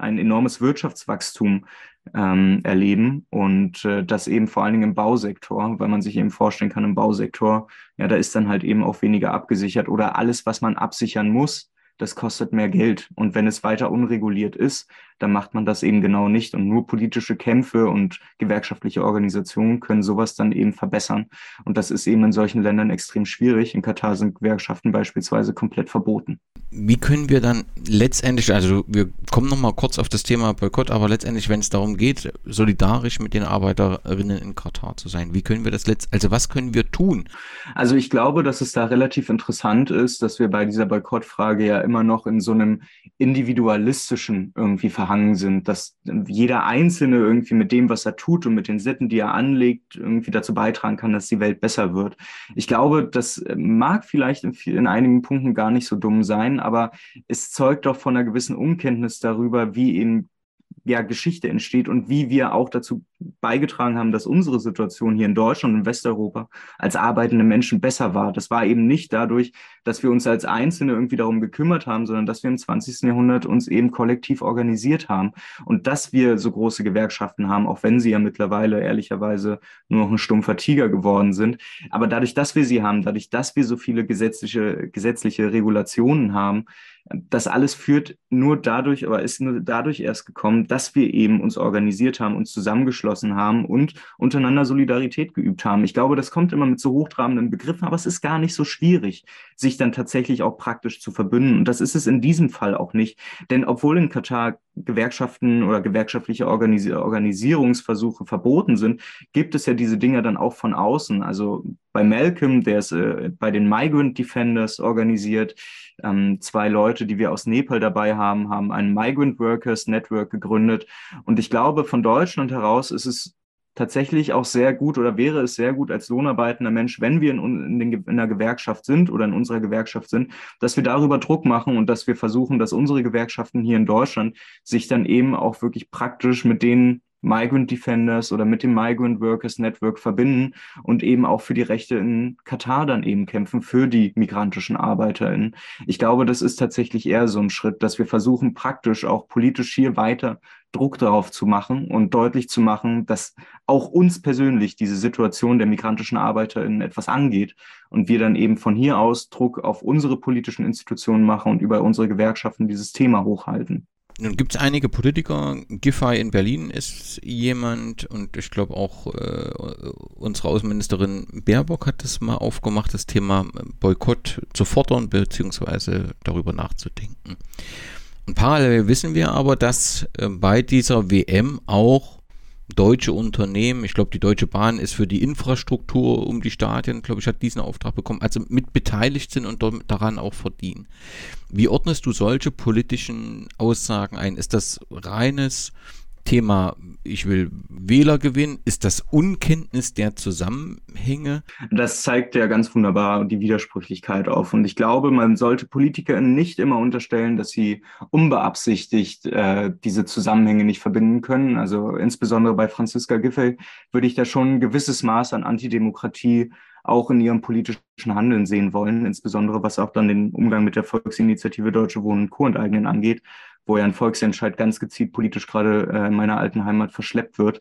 Speaker 5: ein enormes Wirtschaftswachstum ähm, erleben und äh, das eben vor allen Dingen im Bausektor, weil man sich eben vorstellen kann, im Bausektor, ja, da ist dann halt eben auch weniger abgesichert oder alles, was man absichern muss, das kostet mehr Geld. Und wenn es weiter unreguliert ist, dann macht man das eben genau nicht. Und nur politische Kämpfe und gewerkschaftliche Organisationen können sowas dann eben verbessern. Und das ist eben in solchen Ländern extrem schwierig. In Katar sind Gewerkschaften beispielsweise komplett verboten.
Speaker 4: Wie können wir dann letztendlich, also wir kommen nochmal kurz auf das Thema Boykott, aber letztendlich, wenn es darum geht, solidarisch mit den Arbeiterinnen in Katar zu sein, wie können wir das letzt, also was können wir tun?
Speaker 5: Also ich glaube, dass es da relativ interessant ist, dass wir bei dieser Boykottfrage ja immer noch in so einem individualistischen irgendwie verhangen sind, dass jeder Einzelne irgendwie mit dem, was er tut und mit den Sitten, die er anlegt, irgendwie dazu beitragen kann, dass die Welt besser wird. Ich glaube, das mag vielleicht in, in einigen Punkten gar nicht so dumm sein, aber es zeugt doch von einer gewissen Unkenntnis darüber, wie eben ja, Geschichte entsteht und wie wir auch dazu beigetragen haben, dass unsere Situation hier in Deutschland und Westeuropa als arbeitende Menschen besser war. Das war eben nicht dadurch, dass wir uns als Einzelne irgendwie darum gekümmert haben, sondern dass wir im zwanzigsten Jahrhundert uns eben kollektiv organisiert haben und dass wir so große Gewerkschaften haben, auch wenn sie ja mittlerweile ehrlicherweise nur noch ein stumpfer Tiger geworden sind. Aber dadurch, dass wir sie haben, dadurch, dass wir so viele gesetzliche, gesetzliche Regulationen haben, das alles führt nur dadurch, aber ist nur dadurch erst gekommen, dass wir eben uns organisiert haben, uns zusammengeschlossen haben und untereinander Solidarität geübt haben. Ich glaube, das kommt immer mit so hochtrabenden Begriffen, aber es ist gar nicht so schwierig, sich dann tatsächlich auch praktisch zu verbünden. Und das ist es in diesem Fall auch nicht. Denn obwohl in Katar Gewerkschaften oder gewerkschaftliche Organis- Organisierungsversuche verboten sind, gibt es ja diese Dinger dann auch von außen. Also bei Malcolm, der ist äh, bei den Migrant Defenders organisiert. Ähm, zwei Leute, die wir aus Nepal dabei haben, haben ein Migrant Workers Network gegründet. Und ich glaube, von Deutschland heraus ist es tatsächlich auch sehr gut oder wäre es sehr gut als lohnarbeitender Mensch, wenn wir in, in, den, in einer Gewerkschaft sind oder in unserer Gewerkschaft sind, dass wir darüber Druck machen und dass wir versuchen, dass unsere Gewerkschaften hier in Deutschland sich dann eben auch wirklich praktisch mit den Migrant Defenders oder mit dem Migrant Workers Network verbinden und eben auch für die Rechte in Katar dann eben kämpfen, für die migrantischen ArbeiterInnen. Ich glaube, das ist tatsächlich eher so ein Schritt, dass wir versuchen, praktisch auch politisch hier weiter Druck darauf zu machen und deutlich zu machen, dass auch uns persönlich diese Situation der migrantischen ArbeiterInnen etwas angeht und wir dann eben von hier aus Druck auf unsere politischen Institutionen machen und über unsere Gewerkschaften dieses Thema hochhalten.
Speaker 4: Nun gibt es einige Politiker, Giffey in Berlin ist jemand und ich glaube auch äh, unsere Außenministerin Baerbock hat das mal aufgemacht, das Thema Boykott zu fordern bzw. darüber nachzudenken. Und parallel wissen wir aber, dass äh, bei dieser W M auch deutsche Unternehmen, ich glaube die Deutsche Bahn ist für die Infrastruktur um die Stadien, glaube ich, hat diesen Auftrag bekommen, also mit beteiligt sind und daran auch verdienen. Wie ordnest du solche politischen Aussagen ein? Ist das reines Thema, ich will Wähler gewinnen? Ist das Unkenntnis der Zusammenhänge?
Speaker 5: Das zeigt ja ganz wunderbar die Widersprüchlichkeit auf. Und ich glaube, man sollte PolitikerInnen nicht immer unterstellen, dass sie unbeabsichtigt äh, diese Zusammenhänge nicht verbinden können. Also insbesondere bei Franziska Giffey würde ich da schon ein gewisses Maß an Antidemokratie auch in ihrem politischen Handeln sehen wollen, insbesondere was auch dann den Umgang mit der Volksinitiative Deutsche Wohnen und Co. enteignen angeht, wo ja ein Volksentscheid ganz gezielt politisch gerade äh, in meiner alten Heimat verschleppt wird.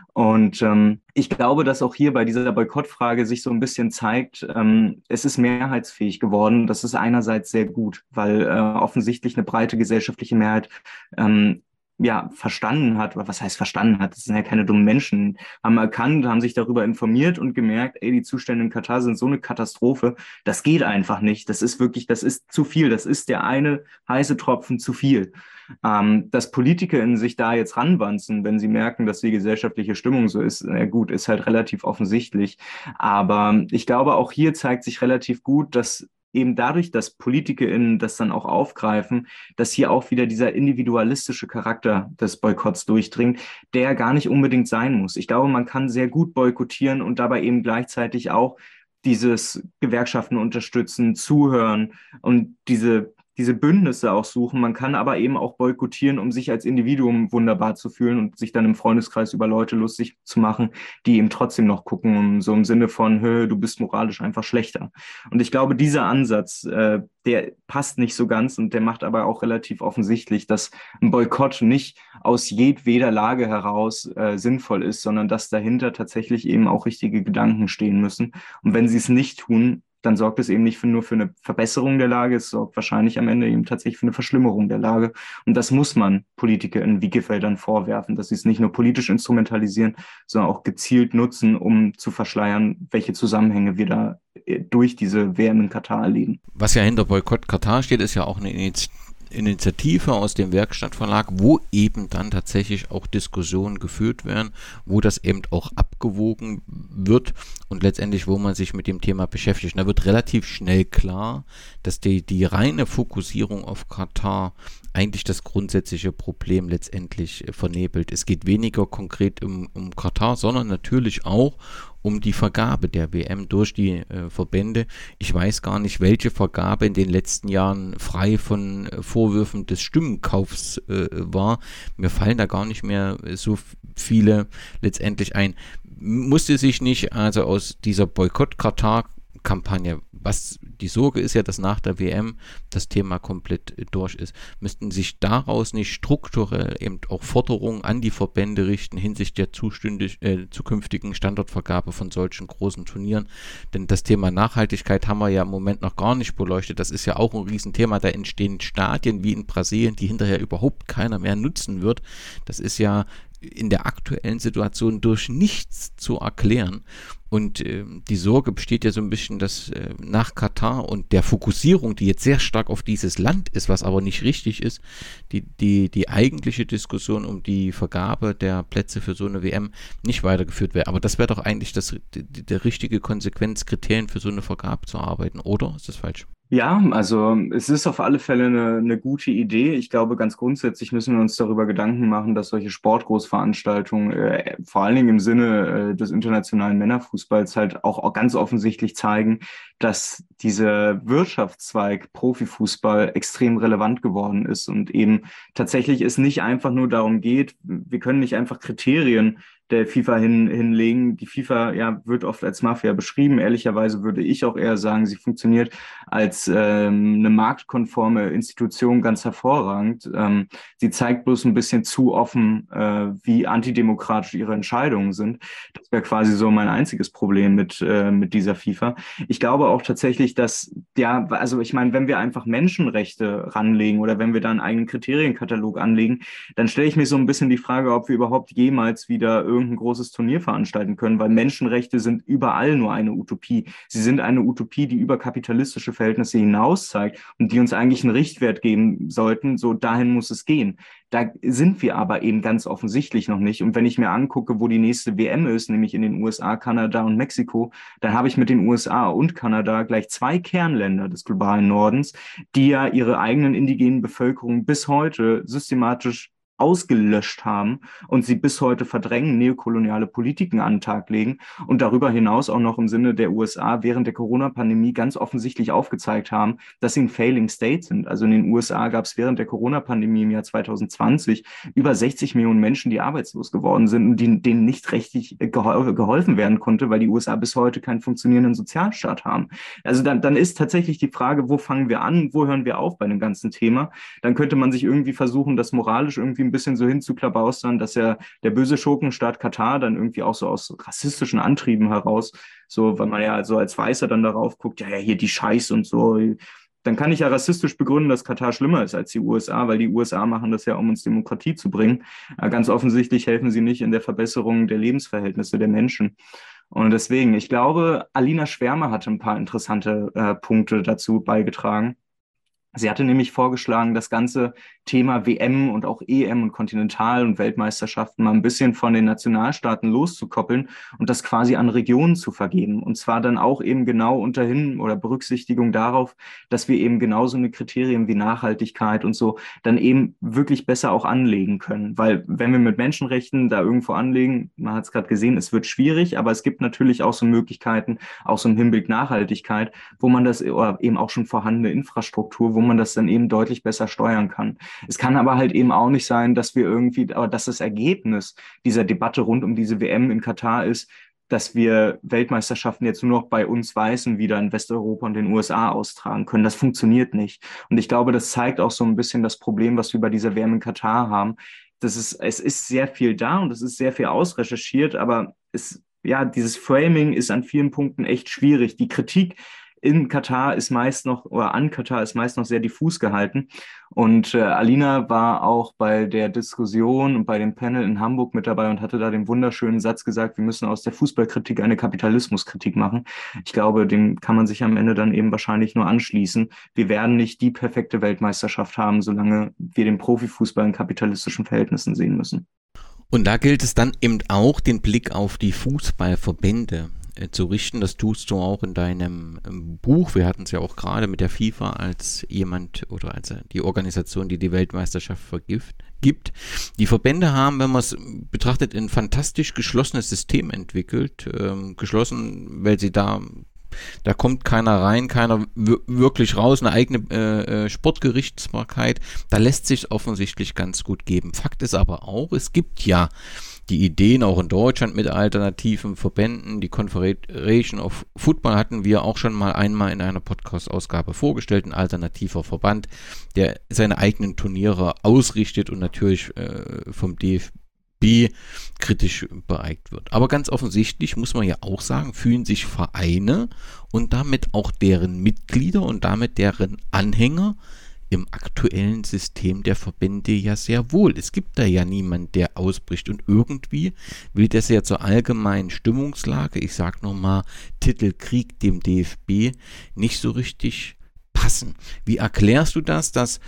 Speaker 5: Und ähm, ich glaube, dass auch hier bei dieser Boykottfrage sich so ein bisschen zeigt, ähm, es ist mehrheitsfähig geworden. Das ist einerseits sehr gut, weil äh, offensichtlich eine breite gesellschaftliche Mehrheit ähm, ja, verstanden hat, oder was heißt verstanden hat, das sind ja keine dummen Menschen, haben erkannt, haben sich darüber informiert und gemerkt, ey, die Zustände in Katar sind so eine Katastrophe, das geht einfach nicht, das ist wirklich, das ist zu viel, das ist der eine heiße Tropfen zu viel. Ähm, dass PolitikerInnen sich da jetzt ranwanzen, wenn sie merken, dass die gesellschaftliche Stimmung so ist, na gut, ist halt relativ offensichtlich, aber ich glaube, auch hier zeigt sich relativ gut, dass eben dadurch, dass PolitikerInnen das dann auch aufgreifen, dass hier auch wieder dieser individualistische Charakter des Boykotts durchdringt, der gar nicht unbedingt sein muss. Ich glaube, man kann sehr gut boykottieren und dabei eben gleichzeitig auch dieses Gewerkschaften unterstützen, zuhören und diese diese Bündnisse auch suchen. Man kann aber eben auch boykottieren, um sich als Individuum wunderbar zu fühlen und sich dann im Freundeskreis über Leute lustig zu machen, die eben trotzdem noch gucken, um, so im Sinne von, du bist moralisch einfach schlechter. Und ich glaube, dieser Ansatz, äh, der passt nicht so ganz und der macht aber auch relativ offensichtlich, dass ein Boykott nicht aus jedweder Lage heraus äh, sinnvoll ist, sondern dass dahinter tatsächlich eben auch richtige Gedanken stehen müssen. Und wenn sie es nicht tun, dann sorgt es eben nicht für, nur für eine Verbesserung der Lage, es sorgt wahrscheinlich am Ende eben tatsächlich für eine Verschlimmerung der Lage. Und das muss man PolitikerInnen wie Giffey dann vorwerfen, dass sie es nicht nur politisch instrumentalisieren, sondern auch gezielt nutzen, um zu verschleiern, welche Zusammenhänge wir da durch diese W M in Katar erleben.
Speaker 4: Was ja hinter Boykott Katar steht, ist ja auch eine Initiative. Initiative aus dem Werkstattverlag, wo eben dann tatsächlich auch Diskussionen geführt werden, wo das eben auch abgewogen wird und letztendlich, wo man sich mit dem Thema beschäftigt. Und da wird relativ schnell klar, dass die, die reine Fokussierung auf Katar eigentlich das grundsätzliche Problem letztendlich vernebelt. Es geht weniger konkret um, um Katar, sondern natürlich auch um die Vergabe der W M durch die äh, Verbände. Ich weiß gar nicht, welche Vergabe in den letzten Jahren frei von äh, Vorwürfen des Stimmenkaufs äh, war. Mir fallen da gar nicht mehr so viele letztendlich ein. Musste sich nicht also aus dieser Boykott-Katar-Kampagne, was die Sorge ist ja, dass nach der W M das Thema komplett durch ist, müssten sich daraus nicht strukturell eben auch Forderungen an die Verbände richten hinsichtlich der zuständig, äh, zukünftigen Standortvergabe von solchen großen Turnieren. Denn das Thema Nachhaltigkeit haben wir ja im Moment noch gar nicht beleuchtet. Das ist ja auch ein Riesenthema. Da entstehen Stadien wie in Brasilien, die hinterher überhaupt keiner mehr nutzen wird. Das ist ja in der aktuellen Situation durch nichts zu erklären. Und äh, die Sorge besteht ja so ein bisschen, dass äh, nach Katar und der Fokussierung, die jetzt sehr stark auf dieses Land ist, was aber nicht richtig ist, die, die, die eigentliche Diskussion um die Vergabe der Plätze für so eine W M nicht weitergeführt wäre. Aber das wäre doch eigentlich das, die, der richtige Konsequenzkriterien für so eine Vergabe zu arbeiten, oder? Ist das falsch?
Speaker 5: Ja, also es ist auf alle Fälle eine, eine gute Idee. Ich glaube, ganz grundsätzlich müssen wir uns darüber Gedanken machen, dass solche Sportgroßveranstaltungen, äh, vor allen Dingen im Sinne äh, des internationalen Männerfußballs, halt auch, auch ganz offensichtlich zeigen, dass dieser Wirtschaftszweig Profifußball extrem relevant geworden ist und eben tatsächlich es nicht einfach nur darum geht, wir können nicht einfach Kriterien der FIFA hin, hinlegen. Die FIFA ja wird oft als Mafia beschrieben. Ehrlicherweise würde ich auch eher sagen, sie funktioniert als ähm, eine marktkonforme Institution ganz hervorragend. Ähm, sie zeigt bloß ein bisschen zu offen, äh, wie antidemokratisch ihre Entscheidungen sind. Das wäre quasi so mein einziges Problem mit äh, mit dieser FIFA. Ich glaube auch tatsächlich, dass, ja, also ich meine, wenn wir einfach Menschenrechte ranlegen oder wenn wir da einen eigenen Kriterienkatalog anlegen, dann stelle ich mir so ein bisschen die Frage, ob wir überhaupt jemals wieder irgendein großes Turnier veranstalten können, weil Menschenrechte sind überall nur eine Utopie. Sie sind eine Utopie, die über kapitalistische Verhältnisse hinaus zeigt und die uns eigentlich einen Richtwert geben sollten, so dahin muss es gehen. Da sind wir aber eben ganz offensichtlich noch nicht. Und wenn ich mir angucke, wo die nächste W M ist, nämlich in den U S A, Kanada und Mexiko, dann habe ich mit den U S A und Kanada gleich zwei Kernländer des globalen Nordens, die ja ihre eigenen indigenen Bevölkerung bis heute systematisch ausgelöscht haben und sie bis heute verdrängen, neokoloniale Politiken an den Tag legen und darüber hinaus auch noch im Sinne der U S A während der Corona-Pandemie ganz offensichtlich aufgezeigt haben, dass sie ein Failing State sind. Also in den U S A gab es während der Corona-Pandemie im Jahr zwanzig zwanzig über sechzig Millionen Menschen, die arbeitslos geworden sind und die, denen nicht richtig gehol- geholfen werden konnte, weil die U S A bis heute keinen funktionierenden Sozialstaat haben. Also dann, dann ist tatsächlich die Frage, wo fangen wir an, wo hören wir auf bei dem ganzen Thema? Dann könnte man sich irgendwie versuchen, das moralisch irgendwie ein bisschen so hinzuklabaustern, dass ja der böse Schurkenstaat Katar dann irgendwie auch so aus rassistischen Antrieben heraus, so, weil man ja so als Weißer dann darauf guckt, ja, ja, hier die Scheiß und so, dann kann ich ja rassistisch begründen, dass Katar schlimmer ist als die U S A, weil die U S A machen das ja, um uns Demokratie zu bringen. Ganz offensichtlich helfen sie nicht in der Verbesserung der Lebensverhältnisse der Menschen. Und deswegen, ich glaube, Alina Schwärmer hatte ein paar interessante äh, Punkte dazu beigetragen. Sie hatte nämlich vorgeschlagen, das ganze Thema W M und auch E M und Kontinental- und Weltmeisterschaften mal ein bisschen von den Nationalstaaten loszukoppeln und das quasi an Regionen zu vergeben. Und zwar dann auch eben genau unter Hin- oder Berücksichtigung darauf, dass wir eben genauso eine Kriterien wie Nachhaltigkeit und so dann eben wirklich besser auch anlegen können. Weil wenn wir mit Menschenrechten da irgendwo anlegen, man hat es gerade gesehen, es wird schwierig, aber es gibt natürlich auch so Möglichkeiten, auch so im Hinblick Nachhaltigkeit, wo man das oder eben auch schon vorhandene Infrastruktur, wo wo man das dann eben deutlich besser steuern kann. Es kann aber halt eben auch nicht sein, dass wir irgendwie, aber dass das Ergebnis dieser Debatte rund um diese W M in Katar ist, dass wir Weltmeisterschaften jetzt nur noch bei uns Weißen wieder in Westeuropa und den U S A austragen können. Das funktioniert nicht. Und ich glaube, das zeigt auch so ein bisschen das Problem, was wir bei dieser W M in Katar haben. Das ist, es ist sehr viel da und es ist sehr viel ausrecherchiert, aber es, ja, dieses Framing ist an vielen Punkten echt schwierig. Die Kritik in Katar ist meist noch, oder an Katar ist meist noch sehr diffus gehalten. Und äh, Alina war auch bei der Diskussion und bei dem Panel in Hamburg mit dabei und hatte da den wunderschönen Satz gesagt, wir müssen aus der Fußballkritik eine Kapitalismuskritik machen. Ich glaube, dem kann man sich am Ende dann eben wahrscheinlich nur anschließen. Wir werden nicht die perfekte Weltmeisterschaft haben, solange wir den Profifußball in kapitalistischen Verhältnissen sehen müssen.
Speaker 4: Und da gilt es dann eben auch, den Blick auf die Fußballverbände zu richten. Das tust du auch in deinem Buch. Wir hatten es ja auch gerade mit der FIFA als jemand oder als die Organisation, die die Weltmeisterschaft vergibt, gibt. Die Verbände haben, wenn man es betrachtet, ein fantastisch geschlossenes System entwickelt. Ähm, geschlossen, weil sie da Da kommt keiner rein, keiner w- wirklich raus, eine eigene äh, Sportgerichtsbarkeit. Da lässt sich offensichtlich ganz gut geben. Fakt ist aber auch, es gibt ja die Ideen auch in Deutschland mit alternativen Verbänden. Die Confederation of Football hatten wir auch schon mal einmal in einer Podcast-Ausgabe vorgestellt. Ein alternativer Verband, der seine eigenen Turniere ausrichtet und natürlich äh, vom D F B kritisch beäugt wird. Aber ganz offensichtlich muss man ja auch sagen, fühlen sich Vereine und damit auch deren Mitglieder und damit deren Anhänger im aktuellen System der Verbände ja sehr wohl. Es gibt da ja niemand, der ausbricht und irgendwie will das ja zur allgemeinen Stimmungslage, ich sag nochmal, Titel Krieg dem D F B, nicht so richtig passen. Wie erklärst du das, dass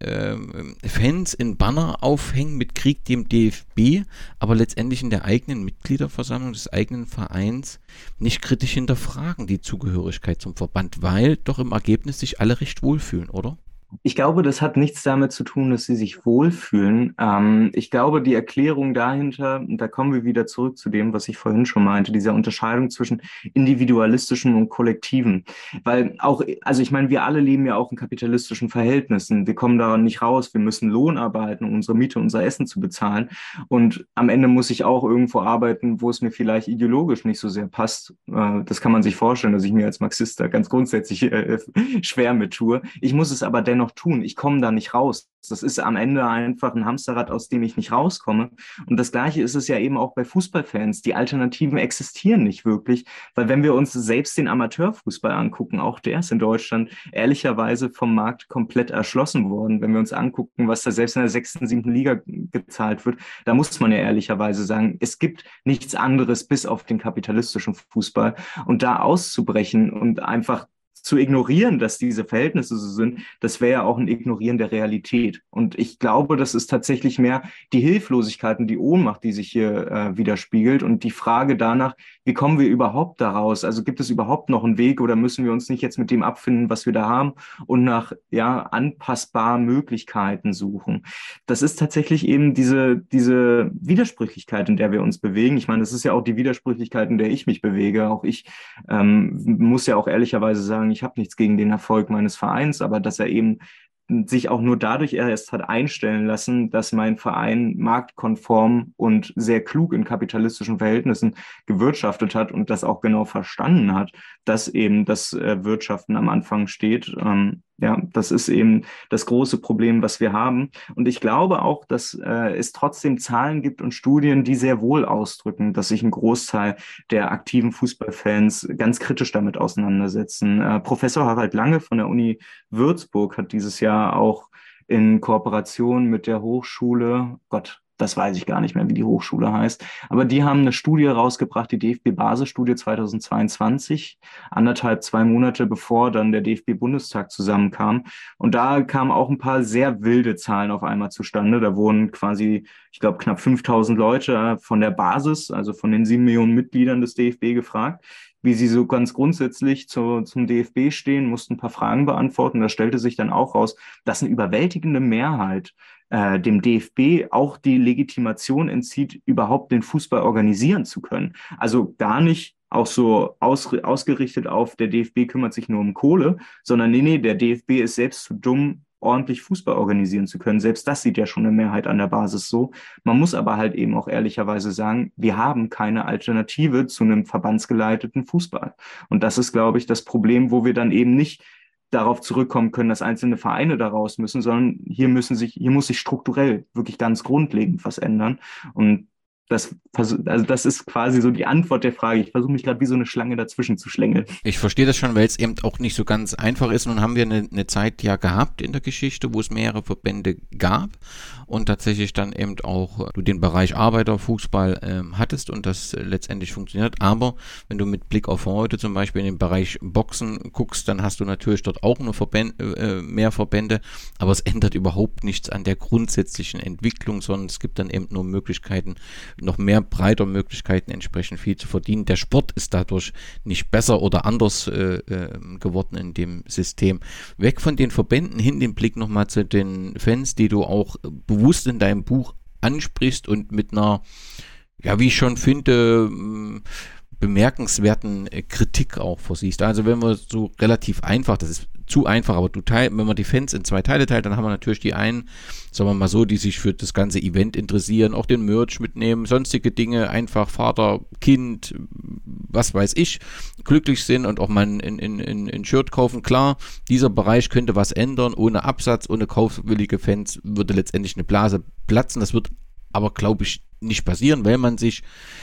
Speaker 4: Fans in Banner aufhängen mit Krieg dem D F B, aber letztendlich in der eigenen Mitgliederversammlung des eigenen Vereins nicht kritisch hinterfragen die Zugehörigkeit zum Verband, weil doch im Ergebnis sich alle recht wohlfühlen, oder?
Speaker 5: Ich glaube, das hat nichts damit zu tun, dass sie sich wohlfühlen. Ähm, ich glaube, die Erklärung dahinter, und da kommen wir wieder zurück zu dem, was ich vorhin schon meinte, dieser Unterscheidung zwischen individualistischem und kollektivem. Weil auch, also ich meine, wir alle leben ja auch in kapitalistischen Verhältnissen. Wir kommen da nicht raus. Wir müssen Lohn arbeiten, um unsere Miete, unser Essen zu bezahlen. Und am Ende muss ich auch irgendwo arbeiten, wo es mir vielleicht ideologisch nicht so sehr passt. Äh, das kann man sich vorstellen, dass ich mir als Marxist da ganz grundsätzlich äh, schwer mit tue. Ich muss es aber dennoch noch tun. Ich komme da nicht raus. Das ist am Ende einfach ein Hamsterrad, aus dem ich nicht rauskomme. Und das Gleiche ist es ja eben auch bei Fußballfans. Die Alternativen existieren nicht wirklich, weil wenn wir uns selbst den Amateurfußball angucken, auch der ist in Deutschland ehrlicherweise vom Markt komplett erschlossen worden. Wenn wir uns angucken, was da selbst in der sechsten, siebten Liga gezahlt wird, da muss man ja ehrlicherweise sagen, es gibt nichts anderes bis auf den kapitalistischen Fußball. Und da auszubrechen und einfach zu ignorieren, dass diese Verhältnisse so sind, das wäre ja auch ein Ignorieren der Realität. Und ich glaube, das ist tatsächlich mehr die Hilflosigkeit und die Ohnmacht, die sich hier äh, widerspiegelt und die Frage danach, wie kommen wir überhaupt daraus? Also gibt es überhaupt noch einen Weg oder müssen wir uns nicht jetzt mit dem abfinden, was wir da haben und nach ja anpassbaren Möglichkeiten suchen? Das ist tatsächlich eben diese, diese Widersprüchlichkeit, in der wir uns bewegen. Ich meine, das ist ja auch die Widersprüchlichkeit, in der ich mich bewege. Auch ich ähm, muss ja auch ehrlicherweise sagen, ich habe nichts gegen den Erfolg meines Vereins, aber dass er eben sich auch nur dadurch erst hat einstellen lassen, dass mein Verein marktkonform und sehr klug in kapitalistischen Verhältnissen gewirtschaftet hat und das auch genau verstanden hat, dass eben das äh, Wirtschaften am Anfang steht. Ähm, ja, das ist eben das große Problem, was wir haben. Und ich glaube auch, dass äh, es trotzdem Zahlen gibt und Studien, die sehr wohl ausdrücken, dass sich ein Großteil der aktiven Fußballfans ganz kritisch damit auseinandersetzen. Äh, Professor Harald Lange von der Uni Würzburg hat dieses Jahr auch in Kooperation mit der Hochschule, Gott, das weiß ich gar nicht mehr, wie die Hochschule heißt. Aber die haben eine Studie rausgebracht, die D F B-Basisstudie zweitausendzweiundzwanzig, anderthalb, zwei Monate bevor dann der D F B-Bundestag zusammenkam. Und da kamen auch ein paar sehr wilde Zahlen auf einmal zustande. Da wurden quasi, ich glaube, knapp fünftausend Leute von der Basis, also von den sieben Millionen Mitgliedern des D F B gefragt, wie sie so ganz grundsätzlich zu, zum D F B stehen, mussten ein paar Fragen beantworten. Da stellte sich dann auch raus, dass eine überwältigende Mehrheit äh, dem D F B auch die Legitimation entzieht, überhaupt den Fußball organisieren zu können. Also gar nicht auch so aus, ausgerichtet auf, der D F B kümmert sich nur um Kohle, sondern nee, nee, der D F B ist selbst zu dumm, ordentlich Fußball organisieren zu können. Selbst das sieht ja schon eine Mehrheit an der Basis so. Man muss aber halt eben auch ehrlicherweise sagen, wir haben keine Alternative zu einem verbandsgeleiteten Fußball. Und das ist, glaube ich, das Problem, wo wir dann eben nicht darauf zurückkommen können, dass einzelne Vereine daraus müssen, sondern hier müssen sich, hier muss sich strukturell wirklich ganz grundlegend was ändern. Und das, also das ist quasi so die Antwort der Frage. Ich versuche mich gerade wie so eine Schlange dazwischen zu schlängeln.
Speaker 4: Ich verstehe das schon, weil es eben auch nicht so ganz einfach ist. Nun haben wir eine, eine Zeit ja gehabt in der Geschichte, wo es mehrere Verbände gab und tatsächlich dann eben auch du den Bereich Arbeiterfußball ähm, hattest und das äh, letztendlich funktioniert. Aber wenn du mit Blick auf heute zum Beispiel in den Bereich Boxen guckst, dann hast du natürlich dort auch nur Verbände, äh, mehr Verbände, aber es ändert überhaupt nichts an der grundsätzlichen Entwicklung, sondern es gibt dann eben nur Möglichkeiten, noch mehr breiter Möglichkeiten entsprechend viel zu verdienen. Der Sport ist dadurch nicht besser oder anders äh, äh, geworden in dem System. Weg von den Verbänden hin, den Blick nochmal zu den Fans, die du auch bewusst in deinem Buch ansprichst und mit einer, ja, wie ich schon finde, bemerkenswerten Kritik auch versiehst. Also wenn wir so relativ einfach, das ist zu einfach, aber du teil, wenn man die Fans in zwei Teile teilt, dann haben wir natürlich die einen, sagen wir mal so, die sich für das ganze Event interessieren, auch den Merch mitnehmen, sonstige Dinge, einfach Vater, Kind, was weiß ich, glücklich sind und auch mal ein, ein, ein, ein Shirt kaufen. Klar, dieser Bereich könnte was ändern, ohne Absatz, ohne kaufwillige Fans würde letztendlich eine Blase platzen. Das wird aber, glaube ich, nicht passieren, weil man sich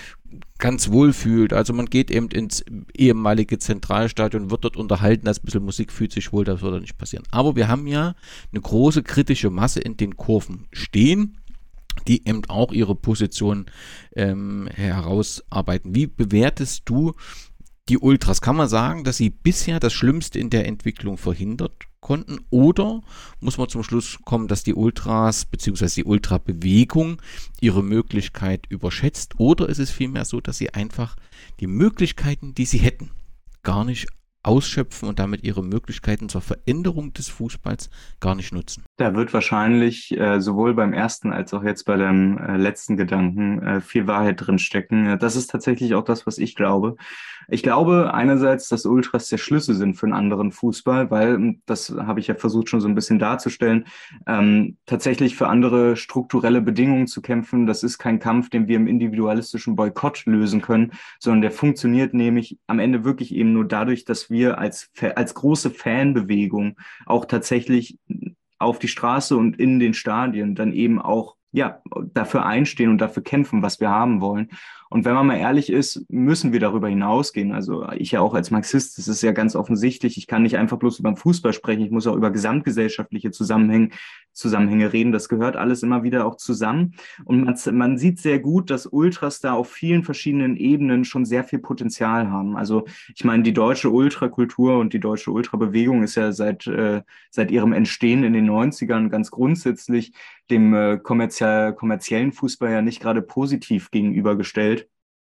Speaker 4: ganz wohl fühlt. Also man geht eben ins ehemalige Zentralstadion, wird dort unterhalten, als ein bisschen Musik, fühlt sich wohl, das würde nicht passieren. Aber wir haben ja eine große kritische Masse in den Kurven stehen, die eben auch ihre Position ähm, herausarbeiten. Wie bewertest du die Ultras? Kann man sagen, dass sie bisher das Schlimmste in der Entwicklung verhindert konnten? Oder muss man zum Schluss kommen, dass die Ultras bzw. die Ultrabewegung ihre Möglichkeit überschätzt? Oder ist es vielmehr so, dass sie einfach die Möglichkeiten, die sie hätten, gar nicht ausschöpfen und damit ihre Möglichkeiten zur Veränderung des Fußballs gar nicht nutzen?
Speaker 5: Da wird wahrscheinlich äh, sowohl beim ersten als auch jetzt bei dem äh, letzten Gedanken äh, viel Wahrheit drin stecken. Das ist tatsächlich auch das, was ich glaube. Ich glaube einerseits, dass Ultras der Schlüssel sind für einen anderen Fußball, weil, das habe ich ja versucht schon so ein bisschen darzustellen, ähm, tatsächlich für andere strukturelle Bedingungen zu kämpfen, das ist kein Kampf, den wir im individualistischen Boykott lösen können, sondern der funktioniert nämlich am Ende wirklich eben nur dadurch, dass wir als, als große Fanbewegung auch tatsächlich auf die Straße und in den Stadien dann eben auch ja dafür einstehen und dafür kämpfen, was wir haben wollen. Und wenn man mal ehrlich ist, müssen wir darüber hinausgehen. Also ich ja auch als Marxist, das ist ja ganz offensichtlich. Ich kann nicht einfach bloß über den Fußball sprechen. Ich muss auch über gesamtgesellschaftliche Zusammenhänge, Zusammenhänge reden. Das gehört alles immer wieder auch zusammen. Und man, man sieht sehr gut, dass Ultras da auf vielen verschiedenen Ebenen schon sehr viel Potenzial haben. Also ich meine, die deutsche Ultrakultur und die deutsche Ultrabewegung ist ja seit, äh, seit ihrem Entstehen in den neunzigern ganz grundsätzlich dem äh, kommerziell, kommerziellen Fußball ja nicht gerade positiv gegenübergestellt.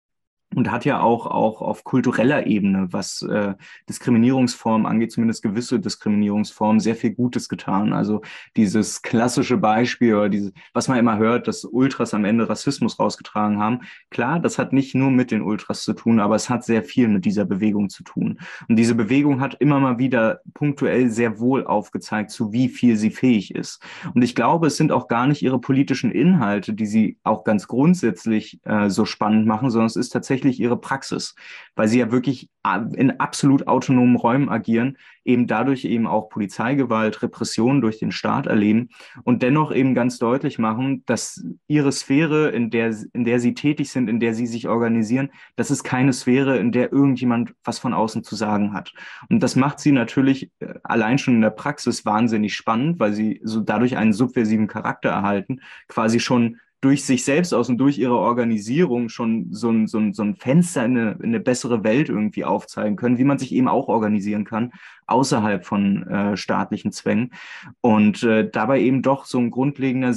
Speaker 5: Und hat ja auch, auch auf kultureller Ebene, was äh, Diskriminierungsformen angeht, zumindest gewisse Diskriminierungsformen, sehr viel Gutes getan. Also dieses klassische Beispiel, oder diese, was man immer hört, dass Ultras am Ende Rassismus rausgetragen haben. Klar, das hat nicht nur mit den Ultras zu tun, aber es hat sehr viel mit dieser Bewegung zu tun. Und diese Bewegung hat immer mal wieder punktuell sehr wohl aufgezeigt, zu wie viel sie fähig ist. Und ich glaube, es sind auch gar nicht ihre politischen Inhalte, die sie auch ganz grundsätzlich äh, so spannend machen, sondern es ist tatsächlich ihre Praxis, weil sie ja wirklich in absolut autonomen Räumen agieren, eben dadurch eben auch Polizeigewalt, Repressionen durch den Staat erleben und dennoch eben ganz deutlich machen, dass ihre Sphäre, in der, in der sie tätig sind, in der sie sich organisieren, das ist keine Sphäre, in der irgendjemand was von außen zu sagen hat. Und das macht sie natürlich allein schon in der Praxis wahnsinnig spannend, weil sie so dadurch einen subversiven Charakter erhalten, quasi schon durch sich selbst aus und durch ihre Organisierung schon so ein, so ein, so ein Fenster in eine, in eine bessere Welt irgendwie aufzeigen können, wie man sich eben auch organisieren kann, außerhalb von äh, staatlichen Zwängen. Und äh, dabei eben doch so ein grundlegender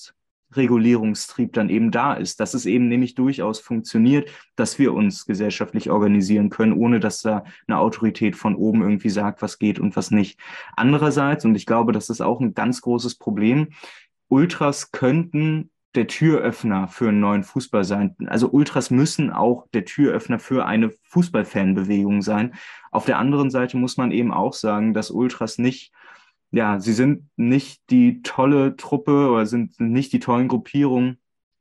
Speaker 5: Selbstregulierungstrieb dann eben da ist, dass es eben nämlich durchaus funktioniert, dass wir uns gesellschaftlich organisieren können, ohne dass da eine Autorität von oben irgendwie sagt, was geht und was nicht. Andererseits, und ich glaube, das ist auch ein ganz großes Problem, Ultras könnten der Türöffner für einen neuen Fußball sein. Also Ultras müssen auch der Türöffner für eine Fußballfanbewegung sein. Auf der anderen Seite muss man eben auch sagen, dass Ultras nicht, ja, sie sind nicht die tolle Truppe oder sind nicht die tollen Gruppierungen,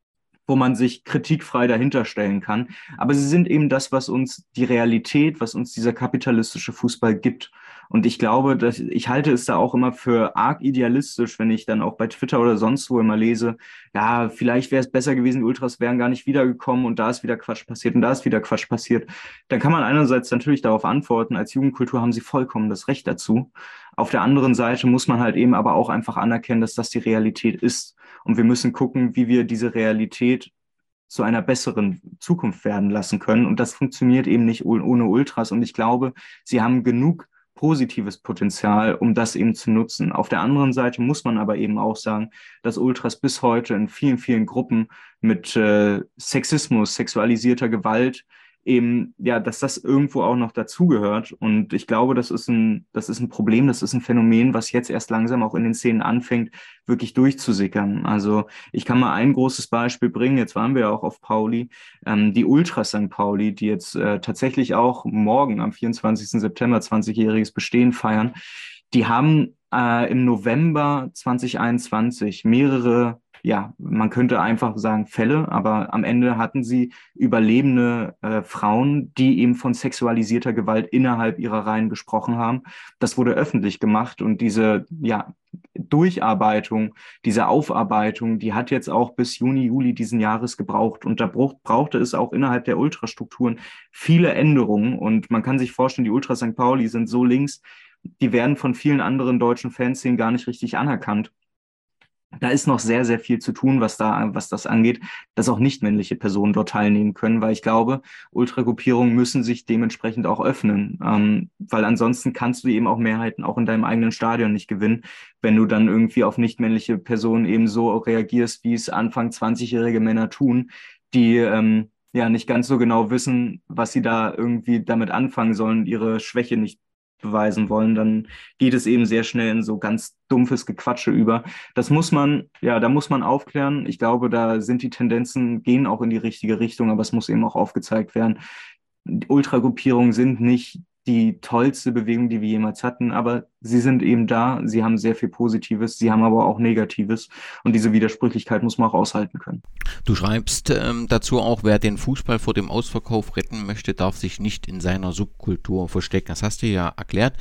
Speaker 5: wo man sich kritikfrei dahinter stellen kann. Aber sie sind eben das, was uns die Realität, was uns dieser kapitalistische Fußball gibt. Und ich glaube, dass ich halte es da auch immer für arg idealistisch, wenn ich dann auch bei Twitter oder sonst wo immer lese, ja, vielleicht wäre es besser gewesen, die Ultras wären gar nicht wiedergekommen und da ist wieder Quatsch passiert und da ist wieder Quatsch passiert. Dann kann man einerseits natürlich darauf antworten, als Jugendkultur haben sie vollkommen das Recht dazu. Auf der anderen Seite muss man halt eben aber auch einfach anerkennen, dass das die Realität ist. Und wir müssen gucken, wie wir diese Realität zu einer besseren Zukunft werden lassen können. Und das funktioniert eben nicht ohne Ultras. Und ich glaube, sie haben genug positives Potenzial, um das eben zu nutzen. Auf der anderen Seite muss man aber eben auch sagen, dass Ultras bis heute in vielen, vielen Gruppen mit äh, Sexismus, sexualisierter Gewalt eben, ja, dass das irgendwo auch noch dazugehört. Und ich glaube, das ist ein, das ist ein Problem, das ist ein Phänomen, was jetzt erst langsam auch in den Szenen anfängt, wirklich durchzusickern. Also ich kann mal ein großes Beispiel bringen. Jetzt waren wir ja auch auf Pauli. Ähm, die Ultras Sankt Pauli, die jetzt äh, tatsächlich auch morgen am vierundzwanzigsten September zwanzigjähriges Bestehen feiern, die haben äh, im November zweitausendeinundzwanzig mehrere, ja, man könnte einfach sagen Fälle, aber am Ende hatten sie überlebende äh, Frauen, die eben von sexualisierter Gewalt innerhalb ihrer Reihen gesprochen haben. Das wurde öffentlich gemacht und diese, ja, Durcharbeitung, diese Aufarbeitung, die hat jetzt auch bis Juni, Juli diesen Jahres gebraucht. Und da brauch, brauchte es auch innerhalb der Ultrastrukturen viele Änderungen. Und man kann sich vorstellen, die Ultras Sankt Pauli sind so links, die werden von vielen anderen deutschen Fanszenen gar nicht richtig anerkannt. Da ist noch sehr, sehr viel zu tun, was da, was das angeht, dass auch nicht männliche Personen dort teilnehmen können, weil ich glaube, Ultragruppierungen müssen sich dementsprechend auch öffnen, ähm, weil ansonsten kannst du eben auch Mehrheiten auch in deinem eigenen Stadion nicht gewinnen, wenn du dann irgendwie auf nicht männliche Personen eben so reagierst, wie es Anfang zwanzigjährige Männer tun, die ähm, ja nicht ganz so genau wissen, was sie da irgendwie damit anfangen sollen, ihre Schwäche nicht beweisen wollen, dann geht es eben sehr schnell in so ganz dumpfes Gequatsche über. Das muss man, ja, da muss man aufklären. Ich glaube, da sind die Tendenzen, gehen auch in die richtige Richtung, aber es muss eben auch aufgezeigt werden. Ultragruppierungen sind nicht die tollste Bewegung, die wir jemals hatten, aber sie sind eben da, sie haben sehr viel Positives, sie haben aber auch Negatives und diese Widersprüchlichkeit muss man auch aushalten können.
Speaker 4: Du schreibst ähm, dazu auch, wer den Fußball vor dem Ausverkauf retten möchte, darf sich nicht in seiner Subkultur verstecken. Das hast du ja erklärt.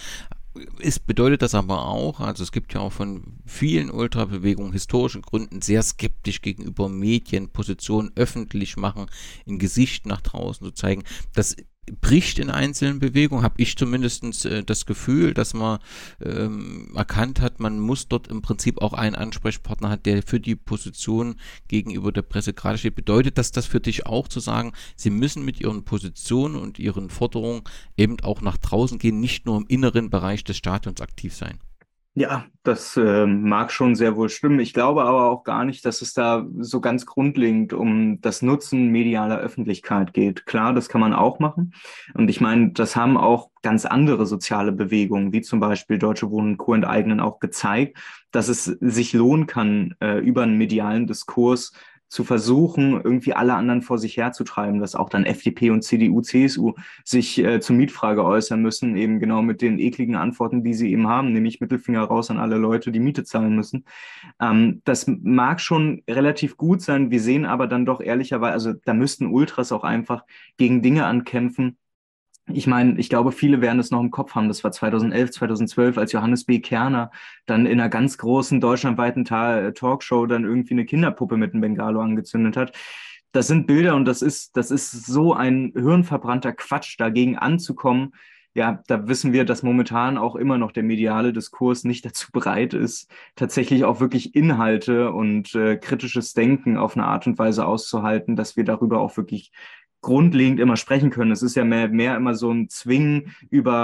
Speaker 4: Es bedeutet das aber auch, also es gibt ja auch von vielen Ultrabewegungen historischen Gründen sehr skeptisch gegenüber Medien, Positionen öffentlich machen, in Gesicht nach draußen zu zeigen. Das bricht in einzelnen Bewegungen, habe ich zumindest äh, das Gefühl, dass man ähm, erkannt hat, man muss dort im Prinzip auch einen Ansprechpartner hat, der für die Position gegenüber der Presse gerade steht. Bedeutet das das für dich auch zu sagen, sie müssen mit ihren Positionen und ihren Forderungen eben auch nach draußen gehen, nicht nur im inneren Bereich des Stadions aktiv sein?
Speaker 5: Ja, das äh, mag schon sehr wohl stimmen. Ich glaube aber auch gar nicht, dass es da so ganz grundlegend um das Nutzen medialer Öffentlichkeit geht. Klar, das kann man auch machen. Und ich meine, das haben auch ganz andere soziale Bewegungen, wie zum Beispiel Deutsche Wohnen und Co. enteignen, auch gezeigt, dass es sich lohnen kann, äh, über einen medialen Diskurs zu versuchen, irgendwie alle anderen vor sich herzutreiben, dass auch dann F D P und C D U, C S U sich äh, zur Mietfrage äußern müssen, eben genau mit den ekligen Antworten, die sie eben haben, nämlich Mittelfinger raus an alle Leute, die Miete zahlen müssen. Ähm, das mag schon relativ gut sein, wir sehen aber dann doch ehrlicherweise, also da müssten Ultras auch einfach gegen Dinge ankämpfen. Ich meine, ich glaube, viele werden es noch im Kopf haben. Das war zweitausendelf, zweitausendzwölf, als Johannes B. Kerner dann in einer ganz großen deutschlandweiten Ta- Talkshow dann irgendwie eine Kinderpuppe mit einem Bengalo angezündet hat. Das sind Bilder und das ist, das ist so ein hirnverbrannter Quatsch, dagegen anzukommen. Ja, da wissen wir, dass momentan auch immer noch der mediale Diskurs nicht dazu bereit ist, tatsächlich auch wirklich Inhalte und äh, kritisches Denken auf eine Art und Weise auszuhalten, dass wir darüber auch wirklich grundlegend immer sprechen können. Es ist ja mehr, mehr immer so ein Zwingen über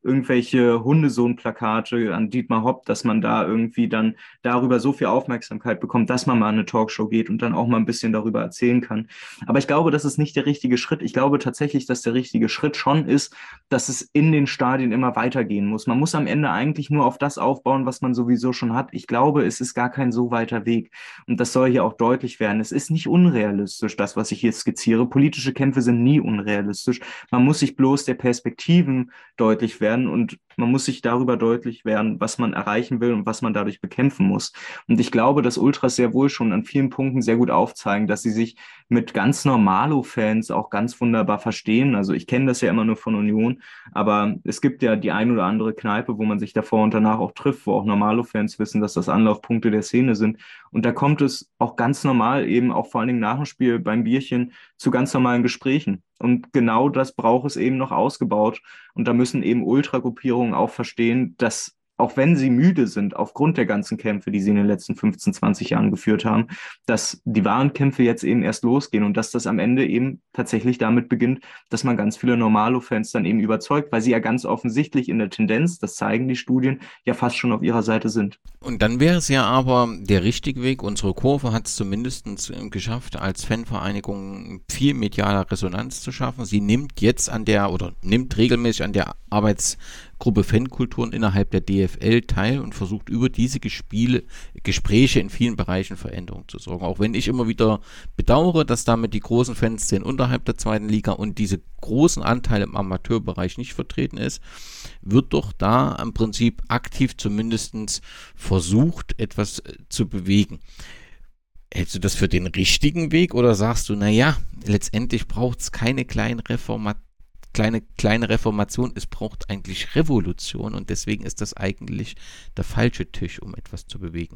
Speaker 5: irgendwelche Hundesohn-Plakate an Dietmar Hopp, dass man da irgendwie dann darüber so viel Aufmerksamkeit bekommt, dass man mal in eine Talkshow geht und dann auch mal ein bisschen darüber erzählen kann. Aber ich glaube, das ist nicht der richtige Schritt. Ich glaube tatsächlich, dass der richtige Schritt schon ist, dass es in den Stadien immer weitergehen muss. Man muss am Ende eigentlich nur auf das aufbauen, was man sowieso schon hat. Ich glaube, es ist gar kein so weiter Weg. Und das soll hier auch deutlich werden. Es ist nicht unrealistisch, das, was ich hier skizziere. Politische Kämpfe sind nie unrealistisch. Man muss sich bloß der Perspektiven deutlich werden und man muss sich darüber deutlich werden, was man erreichen will und was man dadurch bekämpfen muss. Und ich glaube, dass Ultras sehr wohl schon an vielen Punkten sehr gut aufzeigen, dass sie sich mit ganz Normalo-Fans auch ganz wunderbar verstehen. Also ich kenne das ja immer nur von Union, aber es gibt ja die ein oder andere Kneipe, wo man sich davor und danach auch trifft, wo auch Normalo-Fans wissen, dass das Anlaufpunkte der Szene sind. Und da kommt es auch ganz normal eben auch vor allen Dingen nach dem Spiel beim Bierchen zu ganz normalen Gesprächen. Und genau das braucht es eben noch ausgebaut. Und da müssen eben Ultragruppierungen auch verstehen, dass auch wenn sie müde sind aufgrund der ganzen Kämpfe, die sie in den letzten fünfzehn, zwanzig Jahren geführt haben, dass die wahren Kämpfe jetzt eben erst losgehen und dass das am Ende eben tatsächlich damit beginnt, dass man ganz viele Normalo-Fans dann eben überzeugt, weil sie ja ganz offensichtlich in der Tendenz, das zeigen die Studien, ja fast schon auf ihrer Seite sind.
Speaker 4: Und dann wäre es ja aber der richtige Weg. Unsere Kurve hat es zumindest geschafft, als Fanvereinigung viel mediale Resonanz zu schaffen. Sie nimmt jetzt an der oder nimmt regelmäßig an der Arbeitsgruppe Fankulturen innerhalb der D F L teil und versucht über diese Gespiele, Gespräche in vielen Bereichen Veränderung zu sorgen. Auch wenn ich immer wieder bedauere, dass damit die großen Fanszenen unterhalb der zweiten Liga und diese großen Anteile im Amateurbereich nicht vertreten ist, wird doch da im Prinzip aktiv zumindest versucht, etwas zu bewegen. Hältst du das für den richtigen Weg oder sagst du, naja, letztendlich braucht es keine kleinen Reformationen, Kleine, kleine Reformation, es braucht eigentlich Revolution und deswegen ist das eigentlich der falsche Tisch, um etwas zu bewegen.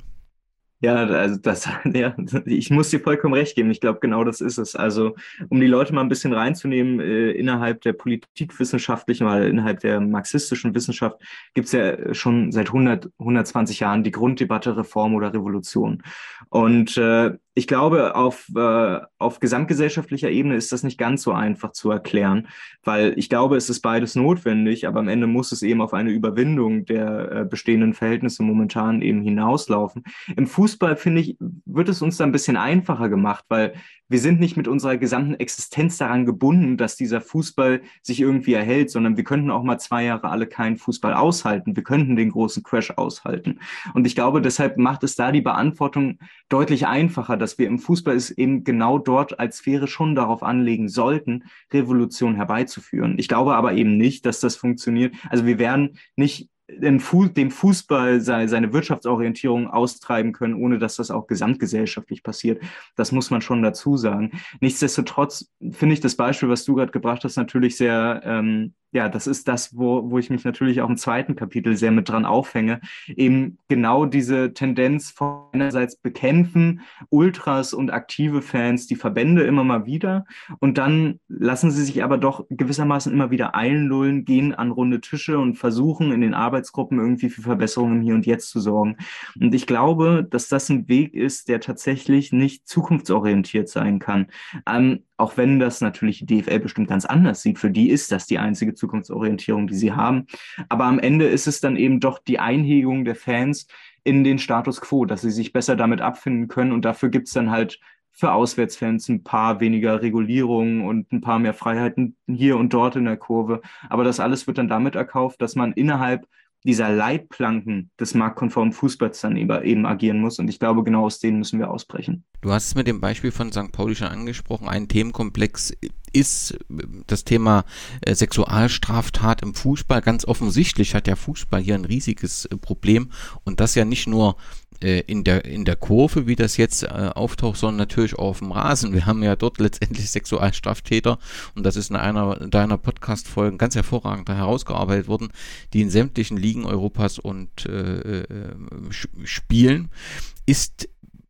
Speaker 5: Ja, also das, ja, ich muss dir vollkommen recht geben. Ich glaube, genau das ist es. Also, um die Leute mal ein bisschen reinzunehmen, äh, innerhalb der politikwissenschaftlichen, weil innerhalb der marxistischen Wissenschaft gibt es ja schon seit hundert, hundertzwanzig Jahren die Grunddebatte Reform oder Revolution. Und äh, ich glaube, auf, äh, auf gesamtgesellschaftlicher Ebene ist das nicht ganz so einfach zu erklären, weil ich glaube, es ist beides notwendig, aber am Ende muss es eben auf eine Überwindung der äh, bestehenden Verhältnisse momentan eben hinauslaufen. Im Fußball, finde ich, wird es uns da ein bisschen einfacher gemacht, weil wir sind nicht mit unserer gesamten Existenz daran gebunden, dass dieser Fußball sich irgendwie erhält, sondern wir könnten auch mal zwei Jahre alle keinen Fußball aushalten. Wir könnten den großen Crash aushalten. Und ich glaube, deshalb macht es da die Beantwortung deutlich einfacher, dass wir im Fußball es eben genau dort als Sphäre schon darauf anlegen sollten, Revolution herbeizuführen. Ich glaube aber eben nicht, dass das funktioniert. Also wir werden nicht dem Fußball seine, seine Wirtschaftsorientierung austreiben können, ohne dass das auch gesamtgesellschaftlich passiert. Das muss man schon dazu sagen. Nichtsdestotrotz finde ich das Beispiel, was du gerade gebracht hast, natürlich sehr, ähm, ja, das ist das, wo, wo ich mich natürlich auch im zweiten Kapitel sehr mit dran aufhänge. Eben genau diese Tendenz von einerseits bekämpfen Ultras und aktive Fans die Verbände immer mal wieder und dann lassen sie sich aber doch gewissermaßen immer wieder einlullen, gehen an runde Tische und versuchen in den Arbeitsgruppen irgendwie für Verbesserungen im Hier und Jetzt zu sorgen. Und ich glaube, dass das ein Weg ist, der tatsächlich nicht zukunftsorientiert sein kann. Ähm, auch wenn das natürlich die D F L bestimmt ganz anders sieht. Für die ist das die einzige Zukunftsorientierung, die sie haben. Aber am Ende ist es dann eben doch die Einhegung der Fans in den Status quo, dass sie sich besser damit abfinden können. Und dafür gibt es dann halt für Auswärtsfans ein paar weniger Regulierungen und ein paar mehr Freiheiten hier und dort in der Kurve. Aber das alles wird dann damit erkauft, dass man innerhalb dieser Leitplanken des marktkonformen Fußballs dann eben agieren muss. Und ich glaube, genau aus denen müssen wir ausbrechen.
Speaker 4: Du hast es mit dem Beispiel von Sankt Pauli schon angesprochen. Ein Themenkomplex ist das Thema Sexualstraftat im Fußball. Ganz offensichtlich hat der Fußball hier ein riesiges Problem. Und das ja nicht nur in der, in der Kurve, wie das jetzt äh, auftaucht, sondern natürlich auch auf dem Rasen. Wir haben ja dort letztendlich Sexualstraftäter und das ist in einer deiner Podcast-Folgen ganz hervorragend herausgearbeitet worden, die in sämtlichen Ligen Europas und äh, äh, spielen. Ist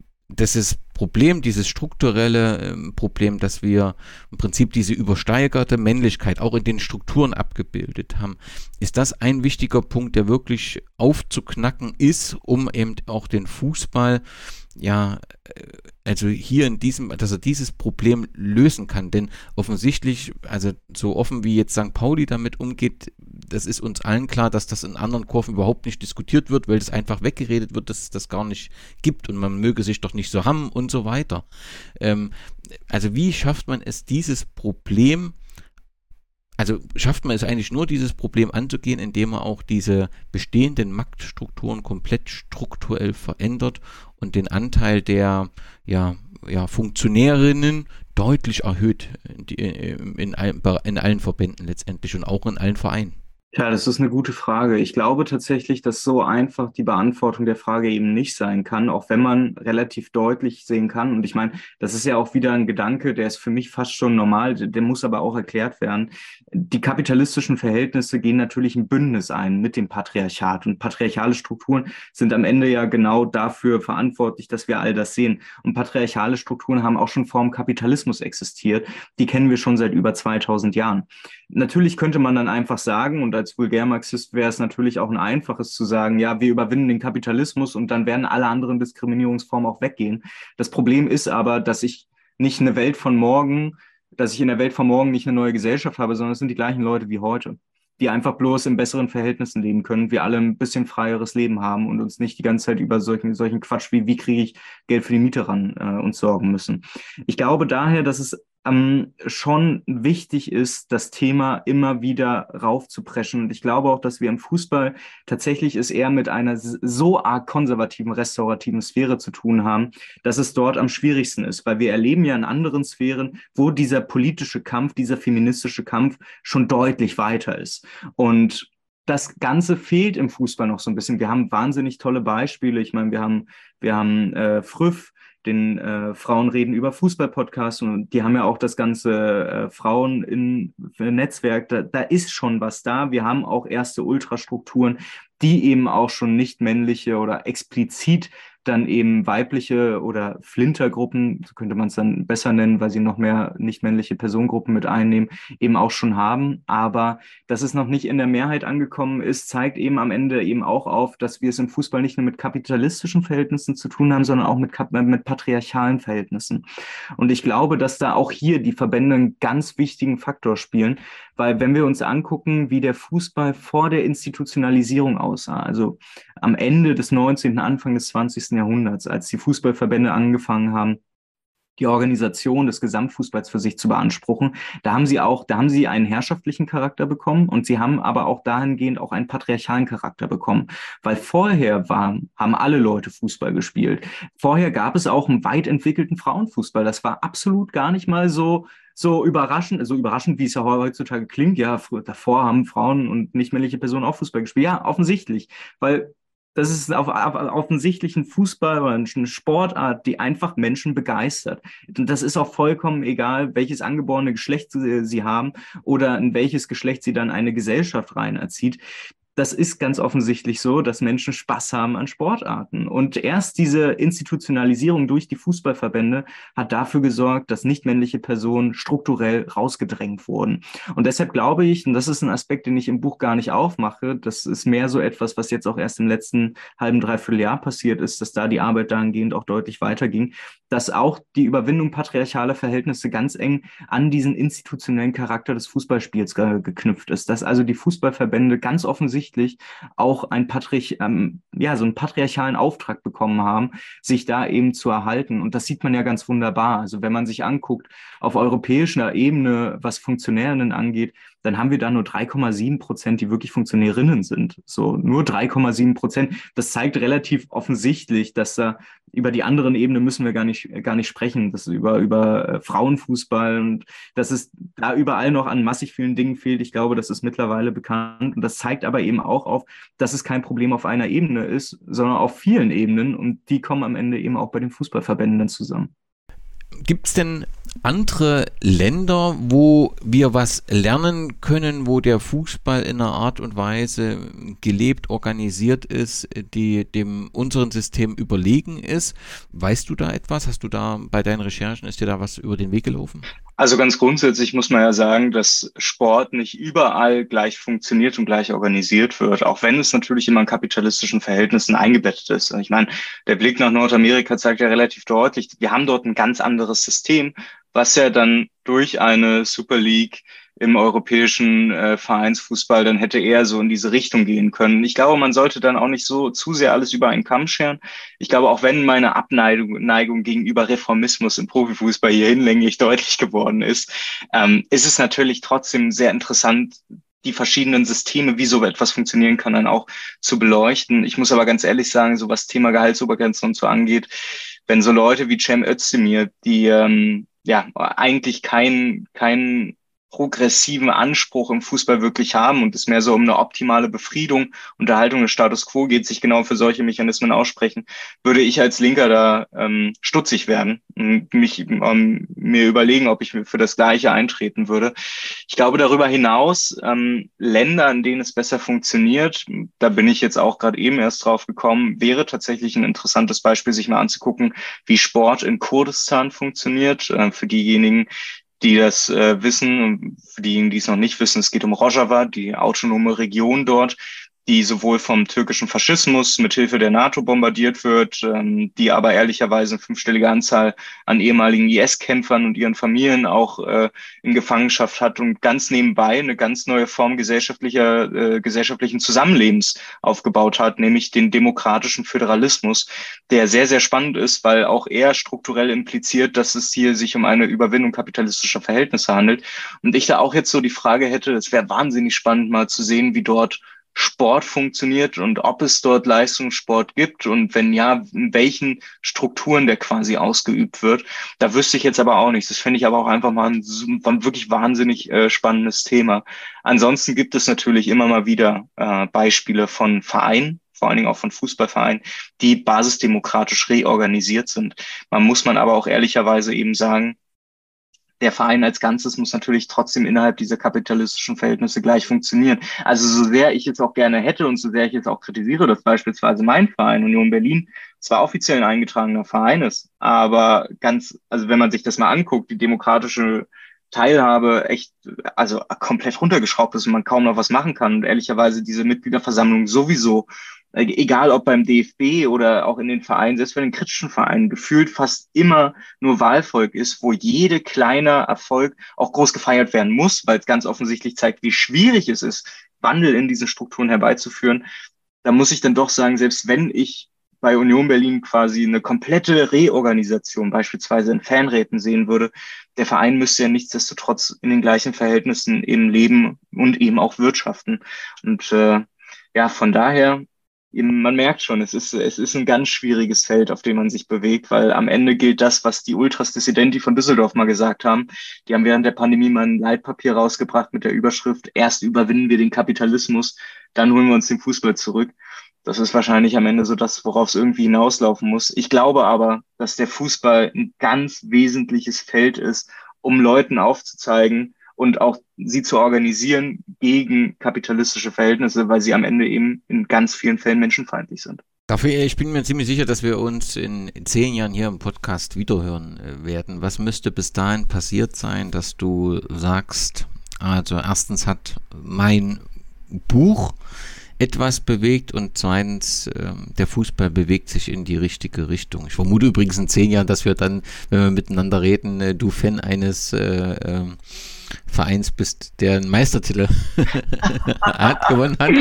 Speaker 4: das Problem, dieses strukturelle äh, Problem, dass wir im Prinzip diese übersteigerte Männlichkeit auch in den Strukturen abgebildet haben, ist das ein wichtiger Punkt, der wirklich aufzuknacken ist, um eben auch den Fußball, ja, also hier in diesem, dass er dieses Problem lösen kann, denn offensichtlich, also so offen wie jetzt Sankt Pauli damit umgeht, das ist uns allen klar, dass das in anderen Kurven überhaupt nicht diskutiert wird, weil das einfach weggeredet wird, dass es das gar nicht gibt und man möge sich doch nicht so haben und so weiter. Ähm, also wie schafft man es, dieses Problem, also schafft man es eigentlich nur, dieses Problem anzugehen, indem man auch diese bestehenden Marktstrukturen komplett strukturell verändert und den Anteil der ja, ja, Funktionärinnen deutlich erhöht in, in, in, allen, in allen Verbänden letztendlich und auch in allen Vereinen?
Speaker 5: Ja, das ist eine gute Frage. Ich glaube tatsächlich, dass so einfach die Beantwortung der Frage eben nicht sein kann, auch wenn man relativ deutlich sehen kann. Und ich meine, das ist ja auch wieder ein Gedanke, der ist für mich fast schon normal, der muss aber auch erklärt werden. Die kapitalistischen Verhältnisse gehen natürlich ein Bündnis ein mit dem Patriarchat. Und patriarchale Strukturen sind am Ende ja genau dafür verantwortlich, dass wir all das sehen. Und patriarchale Strukturen haben auch schon vor dem Kapitalismus existiert. Die kennen wir schon seit über zweitausend Jahren. Natürlich könnte man dann einfach sagen, und als Vulgärmarxist wäre es natürlich auch ein einfaches zu sagen, ja, wir überwinden den Kapitalismus und dann werden alle anderen Diskriminierungsformen auch weggehen. Das Problem ist aber, dass ich nicht eine Welt von morgen, dass ich in der Welt von morgen nicht eine neue Gesellschaft habe, sondern es sind die gleichen Leute wie heute, die einfach bloß in besseren Verhältnissen leben können, wir alle ein bisschen freieres Leben haben und uns nicht die ganze Zeit über solchen, solchen Quatsch wie, wie kriege ich Geld für die Miete ran, äh, uns sorgen müssen. Ich glaube daher, dass es ähm, schon wichtig ist, das Thema immer wieder raufzupreschen. Und ich glaube auch, dass wir im Fußball tatsächlich es eher mit einer so arg konservativen, restaurativen Sphäre zu tun haben, dass es dort am schwierigsten ist, weil wir erleben ja in anderen Sphären, wo dieser politische Kampf, dieser feministische Kampf schon deutlich weiter ist. Und das Ganze fehlt im Fußball noch so ein bisschen. Wir haben wahnsinnig tolle Beispiele. Ich meine, wir haben, wir haben äh, Früff, den äh, Frauen reden über Fußball-Podcast, und die haben ja auch das ganze äh, Frauen in Netzwerk. Da, da ist schon was da. Wir haben auch erste Ultrastrukturen, die eben auch schon nicht männliche oder explizit dann eben weibliche oder Flintergruppen, so könnte man es dann besser nennen, weil sie noch mehr nicht männliche Personengruppen mit einnehmen, eben auch schon haben. Aber dass es noch nicht in der Mehrheit angekommen ist, zeigt eben am Ende eben auch auf, dass wir es im Fußball nicht nur mit kapitalistischen Verhältnissen zu tun haben, sondern auch mit, mit patriarchalen Verhältnissen. Und ich glaube, dass da auch hier die Verbände einen ganz wichtigen Faktor spielen, weil wenn wir uns angucken, wie der Fußball vor der Institutionalisierung aussah, also am Ende des neunzehnten, Anfang des zwanzigsten Jahrhunderts, als die Fußballverbände angefangen haben, die Organisation des Gesamtfußballs für sich zu beanspruchen, da haben sie auch, da haben sie einen herrschaftlichen Charakter bekommen und sie haben aber auch dahingehend auch einen patriarchalen Charakter bekommen, weil vorher war, haben alle Leute Fußball gespielt. Vorher gab es auch einen weit entwickelten Frauenfußball. Das war absolut gar nicht mal so so überraschend, so überraschend, wie es ja heutzutage klingt. Ja, davor haben Frauen und nicht männliche Personen auch Fußball gespielt. Ja, offensichtlich, weil das ist auf, auf, offensichtlich ein Fußball oder eine Sportart, die einfach Menschen begeistert. Und das ist auch vollkommen egal, welches angeborene Geschlecht sie, sie haben oder in welches Geschlecht sie dann eine Gesellschaft rein erzieht. Das ist ganz offensichtlich so, dass Menschen Spaß haben an Sportarten. Und erst diese Institutionalisierung durch die Fußballverbände hat dafür gesorgt, dass nichtmännliche Personen strukturell rausgedrängt wurden. Und deshalb glaube ich, und das ist ein Aspekt, den ich im Buch gar nicht aufmache, das ist mehr so etwas, was jetzt auch erst im letzten halben, dreiviertel Jahr passiert ist, dass da die Arbeit dahingehend auch deutlich weiterging, dass auch die Überwindung patriarchaler Verhältnisse ganz eng an diesen institutionellen Charakter des Fußballspiels ge- geknüpft ist. Dass also die Fußballverbände ganz offensichtlich auch ein Patriarch, ähm, ja, so einen patriarchalen Auftrag bekommen haben, sich da eben zu erhalten. Und das sieht man ja ganz wunderbar. Also wenn man sich anguckt, auf europäischer Ebene, was Funktionärinnen angeht, dann haben wir da nur drei Komma sieben Prozent, die wirklich Funktionärinnen sind. So nur drei Komma sieben Prozent. Das zeigt relativ offensichtlich, dass da über die anderen Ebenen müssen wir gar nicht, gar nicht sprechen. Das ist über, über Frauenfußball und dass es da überall noch an massig vielen Dingen fehlt. Ich glaube, das ist mittlerweile bekannt. Und das zeigt aber eben auch auf, dass es kein Problem auf einer Ebene ist, sondern auf vielen Ebenen. Und die kommen am Ende eben auch bei den Fußballverbänden dann zusammen.
Speaker 4: Gibt es denn andere Länder, wo wir was lernen können, wo der Fußball in einer Art und Weise gelebt, organisiert ist, die dem unseren System überlegen ist? Weißt du da etwas? Hast du da bei deinen Recherchen, ist dir da was über den Weg gelaufen?
Speaker 6: Also ganz grundsätzlich muss man ja sagen, dass Sport nicht überall gleich funktioniert und gleich organisiert wird, auch wenn es natürlich immer in kapitalistischen Verhältnissen eingebettet ist. Ich meine, der Blick nach Nordamerika zeigt ja relativ deutlich, wir haben dort ein ganz anderes System, was ja dann durch eine Super League im europäischen äh, Vereinsfußball, dann hätte er so in diese Richtung gehen können. Ich glaube, man sollte dann auch nicht so zu sehr alles über einen Kamm scheren. Ich glaube, auch wenn meine Abneigung Neigung gegenüber Reformismus im Profifußball hier hinlänglich deutlich geworden ist, ähm, ist es natürlich trotzdem sehr interessant, die verschiedenen Systeme, wie so etwas funktionieren kann, dann auch zu beleuchten. Ich muss aber ganz ehrlich sagen, so was Thema Gehaltsobergrenze und so angeht, wenn so Leute wie Cem Özdemir, die ähm, ja eigentlich keinen keinen progressiven Anspruch im Fußball wirklich haben und es mehr so um eine optimale Befriedung und Erhaltung des Status quo geht, sich genau für solche Mechanismen aussprechen, würde ich als Linker da ähm, stutzig werden und mich ähm, mir überlegen, ob ich für das Gleiche eintreten würde. Ich glaube darüber hinaus, ähm, Länder, in denen es besser funktioniert, da bin ich jetzt auch gerade eben erst drauf gekommen, wäre tatsächlich ein interessantes Beispiel, sich mal anzugucken, wie Sport in Kurdistan funktioniert. Äh, für diejenigen, die das äh, wissen, und für diejenigen, die es noch nicht wissen, es geht um Rojava, die autonome Region dort, die sowohl vom türkischen Faschismus mithilfe der NATO bombardiert wird, ähm, die aber ehrlicherweise eine fünfstellige Anzahl an ehemaligen I S-Kämpfern und ihren Familien auch äh, in Gefangenschaft hat und ganz nebenbei eine ganz neue Form gesellschaftlicher, äh, gesellschaftlichen Zusammenlebens aufgebaut hat, nämlich den demokratischen Föderalismus, der sehr, sehr spannend ist, weil auch er strukturell impliziert, dass es hier sich um eine Überwindung kapitalistischer Verhältnisse handelt. Und ich da auch jetzt so die Frage hätte, es wäre wahnsinnig spannend mal zu sehen, wie dort Sport funktioniert und ob es dort Leistungssport gibt und wenn ja, in welchen Strukturen der quasi ausgeübt wird. Da wüsste ich jetzt aber auch nichts. Das finde ich aber auch einfach mal ein, ein wirklich wahnsinnig äh, spannendes Thema. Ansonsten gibt es natürlich immer mal wieder äh, Beispiele von Vereinen, vor allen Dingen auch von Fußballvereinen, die basisdemokratisch reorganisiert sind. Man muss man aber auch ehrlicherweise eben sagen, der Verein als Ganzes muss natürlich trotzdem innerhalb dieser kapitalistischen Verhältnisse gleich funktionieren. Also so sehr ich es auch gerne hätte und so sehr ich es auch kritisiere, dass beispielsweise mein Verein Union Berlin zwar offiziell ein eingetragener Verein ist, aber ganz, also wenn man sich das mal anguckt, die demokratische Teilhabe echt, also komplett runtergeschraubt ist und man kaum noch was machen kann und ehrlicherweise diese Mitgliederversammlung sowieso, egal ob beim D F B oder auch in den Vereinen, selbst bei den kritischen Vereinen, gefühlt fast immer nur Wahlvolk ist, wo jede kleine Erfolg auch groß gefeiert werden muss, weil es ganz offensichtlich zeigt, wie schwierig es ist, Wandel in diesen Strukturen herbeizuführen. Da muss ich dann doch sagen, selbst wenn ich bei Union Berlin quasi eine komplette Reorganisation beispielsweise in Fanräten sehen würde, der Verein müsste ja nichtsdestotrotz in den gleichen Verhältnissen eben leben und eben auch wirtschaften. Und äh, ja, von daher, eben, man merkt schon, es ist, es ist ein ganz schwieriges Feld, auf dem man sich bewegt, weil am Ende gilt das, was die Ultras Dissidenti von Düsseldorf mal gesagt haben. Die haben während der Pandemie mal ein Leitpapier rausgebracht mit der Überschrift: Erst überwinden wir den Kapitalismus, dann holen wir uns den Fußball zurück. Das ist wahrscheinlich am Ende so das, worauf es irgendwie hinauslaufen muss. Ich glaube aber, dass der Fußball ein ganz wesentliches Feld ist, um Leuten aufzuzeigen und auch sie zu organisieren gegen kapitalistische Verhältnisse, weil sie am Ende eben in ganz vielen Fällen menschenfeindlich sind.
Speaker 4: Dafür, ich bin mir ziemlich sicher, dass wir uns in, in zehn Jahren hier im Podcast wiederhören werden. Was müsste bis dahin passiert sein, dass du sagst, also erstens hat mein Buch etwas bewegt und zweitens, äh, der Fußball bewegt sich in die richtige Richtung. Ich vermute übrigens in zehn Jahren, dass wir dann, wenn wir miteinander reden, äh, du Fan eines äh, äh, Vereins bist, der einen Meistertitel hat, gewonnen hat.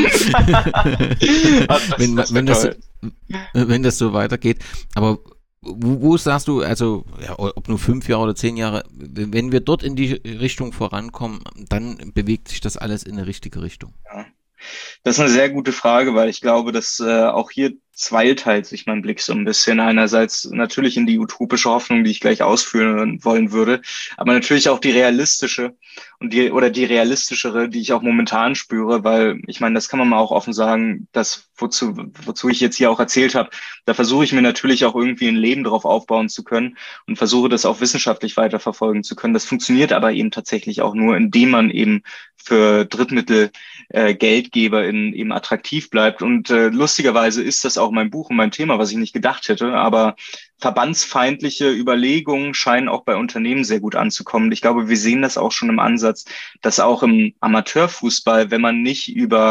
Speaker 4: wenn, das wenn, das, wenn das so weitergeht. Aber wo, wo sagst du, also ja, ob nur fünf Jahre oder zehn Jahre, wenn wir dort in die Richtung vorankommen, dann bewegt sich das alles in eine richtige Richtung?
Speaker 6: Ja. Das ist eine sehr gute Frage, weil ich glaube, dass äh, auch hier zweiteilt sich mein Blick so ein bisschen. Einerseits natürlich in die utopische Hoffnung, die ich gleich ausführen wollen würde, aber natürlich auch die realistische und die oder die realistischere, die ich auch momentan spüre, weil ich meine, das kann man mal auch offen sagen, das wozu wozu ich jetzt hier auch erzählt habe, da versuche ich mir natürlich auch irgendwie ein Leben drauf aufbauen zu können und versuche das auch wissenschaftlich weiterverfolgen zu können. Das funktioniert aber eben tatsächlich auch nur, indem man eben für Drittmittel äh, GeldgeberInnen eben attraktiv bleibt. Und äh, lustigerweise ist das auch mein Buch und mein Thema, was ich nicht gedacht hätte, aber verbandsfeindliche Überlegungen scheinen auch bei Unternehmen sehr gut anzukommen. Ich glaube, wir sehen das auch schon im Ansatz, dass auch im Amateurfußball, wenn man nicht über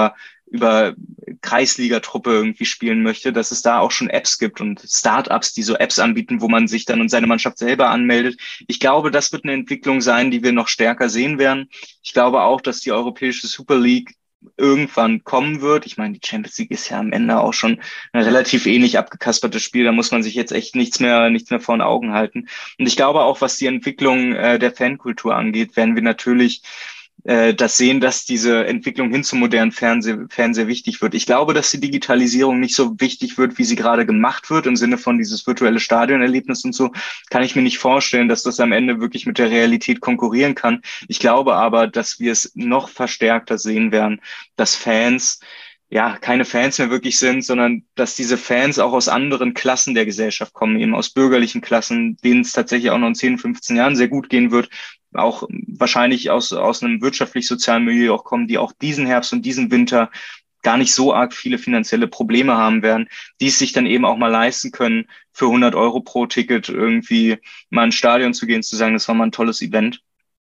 Speaker 6: über Kreisligatruppe irgendwie spielen möchte, dass es da auch schon Apps gibt und Startups, die so Apps anbieten, wo man sich dann und seine Mannschaft selber anmeldet. Ich glaube, das wird eine Entwicklung sein, die wir noch stärker sehen werden. Ich glaube auch, dass die europäische Super League irgendwann kommen wird. Ich meine, die Champions League ist ja am Ende auch schon ein relativ ähnlich abgekaspertes Spiel. Da muss man sich jetzt echt nichts mehr, nichts mehr vor den Augen halten. Und ich glaube auch, was die Entwicklung äh, der Fankultur angeht, werden wir natürlich äh, das sehen, dass diese Entwicklung hin zum modernen Fernseh, Fernsehen wichtig wird. Ich glaube, dass die Digitalisierung nicht so wichtig wird, wie sie gerade gemacht wird, im Sinne von dieses virtuelle Stadionerlebnis und so, kann ich mir nicht vorstellen, dass das am Ende wirklich mit der Realität konkurrieren kann. Ich glaube aber, dass wir es noch verstärkter sehen werden, dass Fans ja keine Fans mehr wirklich sind, sondern dass diese Fans auch aus anderen Klassen der Gesellschaft kommen, eben aus bürgerlichen Klassen, denen es tatsächlich auch noch in zehn, fünfzehn Jahren sehr gut gehen wird, auch wahrscheinlich aus, aus einem wirtschaftlich-sozialen Milieu auch kommen, die auch diesen Herbst und diesen Winter gar nicht so arg viele finanzielle Probleme haben werden, die es sich dann eben auch mal leisten können, für hundert Euro pro Ticket irgendwie mal ins Stadion zu gehen, zu sagen, das war mal ein tolles Event.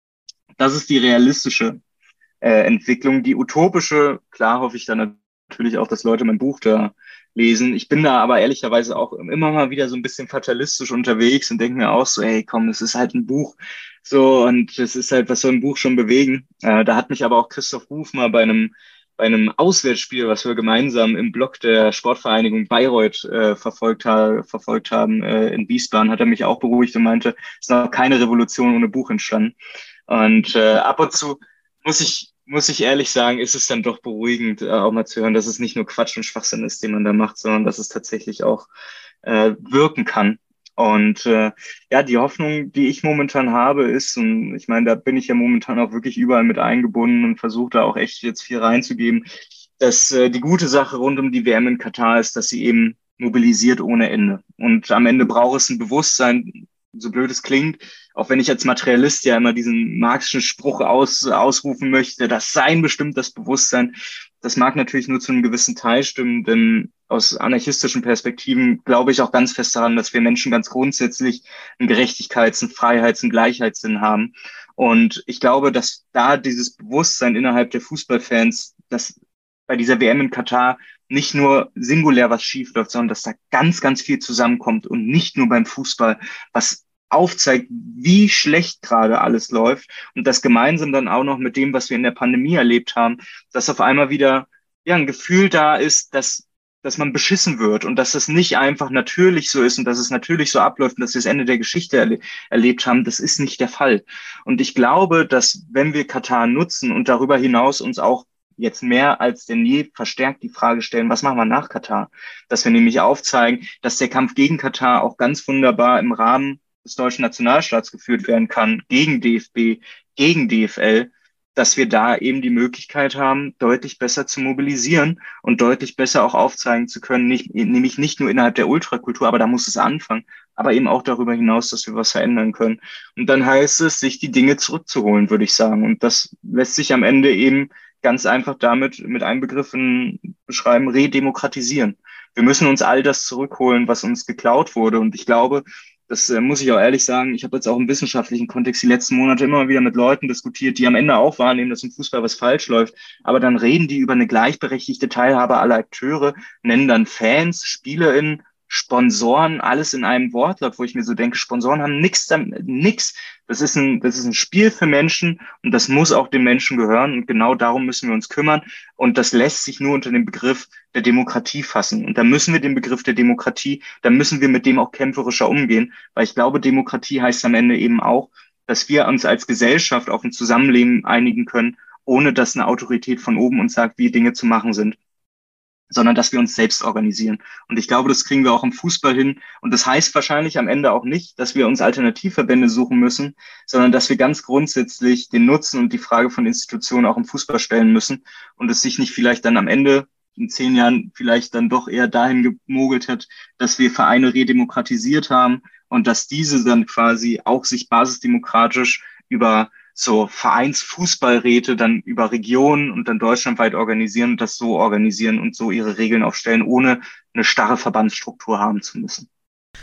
Speaker 6: Das ist die realistische äh, Entwicklung. Die utopische, klar hoffe ich dann natürlich auch, dass Leute mein Buch da lesen. Ich bin da aber ehrlicherweise auch immer mal wieder so ein bisschen fatalistisch unterwegs und denke mir auch so, ey, komm, das ist halt ein Buch. So, und das ist halt, was soll ein Buch schon bewegen? Äh, da hat mich aber auch Christoph Ruf mal bei einem bei einem Auswärtsspiel, was wir gemeinsam im Blog der Sportvereinigung Bayreuth äh, verfolgt, ha- verfolgt haben äh, in Wiesbaden, hat er mich auch beruhigt und meinte, es ist noch keine Revolution ohne Buch entstanden. Und äh, ab und zu muss ich muss ich ehrlich sagen, ist es dann doch beruhigend, äh, auch mal zu hören, dass es nicht nur Quatsch und Schwachsinn ist, den man da macht, sondern dass es tatsächlich auch äh, wirken kann. Und äh, ja, die Hoffnung, die ich momentan habe, ist, und ich meine, da bin ich ja momentan auch wirklich überall mit eingebunden und versuche da auch echt jetzt viel reinzugeben, dass äh, die gute Sache rund um die W M in Katar ist, dass sie eben mobilisiert ohne Ende. Und am Ende braucht es ein Bewusstsein, so blöd es klingt, auch wenn ich als Materialist ja immer diesen marxischen Spruch aus, ausrufen möchte, das Sein bestimmt das Bewusstsein. Das mag natürlich nur zu einem gewissen Teil stimmen, denn aus anarchistischen Perspektiven glaube ich auch ganz fest daran, dass wir Menschen ganz grundsätzlich einen Gerechtigkeits-, einen Freiheits-, einen Gleichheitssinn haben. Und ich glaube, dass da dieses Bewusstsein innerhalb der Fußballfans, dass bei dieser W M in Katar nicht nur singulär was schief läuft, sondern dass da ganz, ganz viel zusammenkommt und nicht nur beim Fußball, was aufzeigt, wie schlecht gerade alles läuft und das gemeinsam dann auch noch mit dem, was wir in der Pandemie erlebt haben, dass auf einmal wieder ja ein Gefühl da ist, dass dass man beschissen wird und dass das nicht einfach natürlich so ist und dass es natürlich so abläuft und dass wir das Ende der Geschichte erle- erlebt haben, das ist nicht der Fall. Und ich glaube, dass wenn wir Katar nutzen und darüber hinaus uns auch jetzt mehr als denn je verstärkt die Frage stellen, was machen wir nach Katar? Dass wir nämlich aufzeigen, dass der Kampf gegen Katar auch ganz wunderbar im Rahmen des deutschen Nationalstaats geführt werden kann, gegen D F B, gegen D F L, dass wir da eben die Möglichkeit haben, deutlich besser zu mobilisieren und deutlich besser auch aufzeigen zu können, nicht, nämlich nicht nur innerhalb der Ultrakultur, aber da muss es anfangen, aber eben auch darüber hinaus, dass wir was verändern können. Und dann heißt es, sich die Dinge zurückzuholen, würde ich sagen. Und das lässt sich am Ende eben ganz einfach damit mit einem Begriff beschreiben, redemokratisieren. Wir müssen uns all das zurückholen, was uns geklaut wurde. Und ich glaube, das äh, muss ich auch ehrlich sagen, ich habe jetzt auch im wissenschaftlichen Kontext die letzten Monate immer wieder mit Leuten diskutiert, die am Ende auch wahrnehmen, dass im Fußball was falsch läuft. Aber dann reden die über eine gleichberechtigte Teilhabe aller Akteure, nennen dann Fans, SpielerInnen, Sponsoren, alles in einem Wortlaut, wo ich mir so denke, Sponsoren haben nichts, nix. Das ist ein, das ist ein Spiel für Menschen und das muss auch den Menschen gehören und genau darum müssen wir uns kümmern und das lässt sich nur unter dem Begriff der Demokratie fassen und da müssen wir den Begriff der Demokratie, da müssen wir mit dem auch kämpferischer umgehen, weil ich glaube, Demokratie heißt am Ende eben auch, dass wir uns als Gesellschaft auf ein Zusammenleben einigen können, ohne dass eine Autorität von oben uns sagt, wie Dinge zu machen sind, sondern dass wir uns selbst organisieren. Und ich glaube, das kriegen wir auch im Fußball hin. Und das heißt wahrscheinlich am Ende auch nicht, dass wir uns Alternativverbände suchen müssen, sondern dass wir ganz grundsätzlich den Nutzen und die Frage von Institutionen auch im Fußball stellen müssen und es sich nicht vielleicht dann am Ende in zehn Jahren vielleicht dann doch eher dahin gemogelt hat, dass wir Vereine redemokratisiert haben und dass diese dann quasi auch sich basisdemokratisch über so Vereinsfußballräte dann über Regionen und dann deutschlandweit organisieren und das so organisieren und so ihre Regeln aufstellen, ohne eine starre Verbandsstruktur haben zu müssen.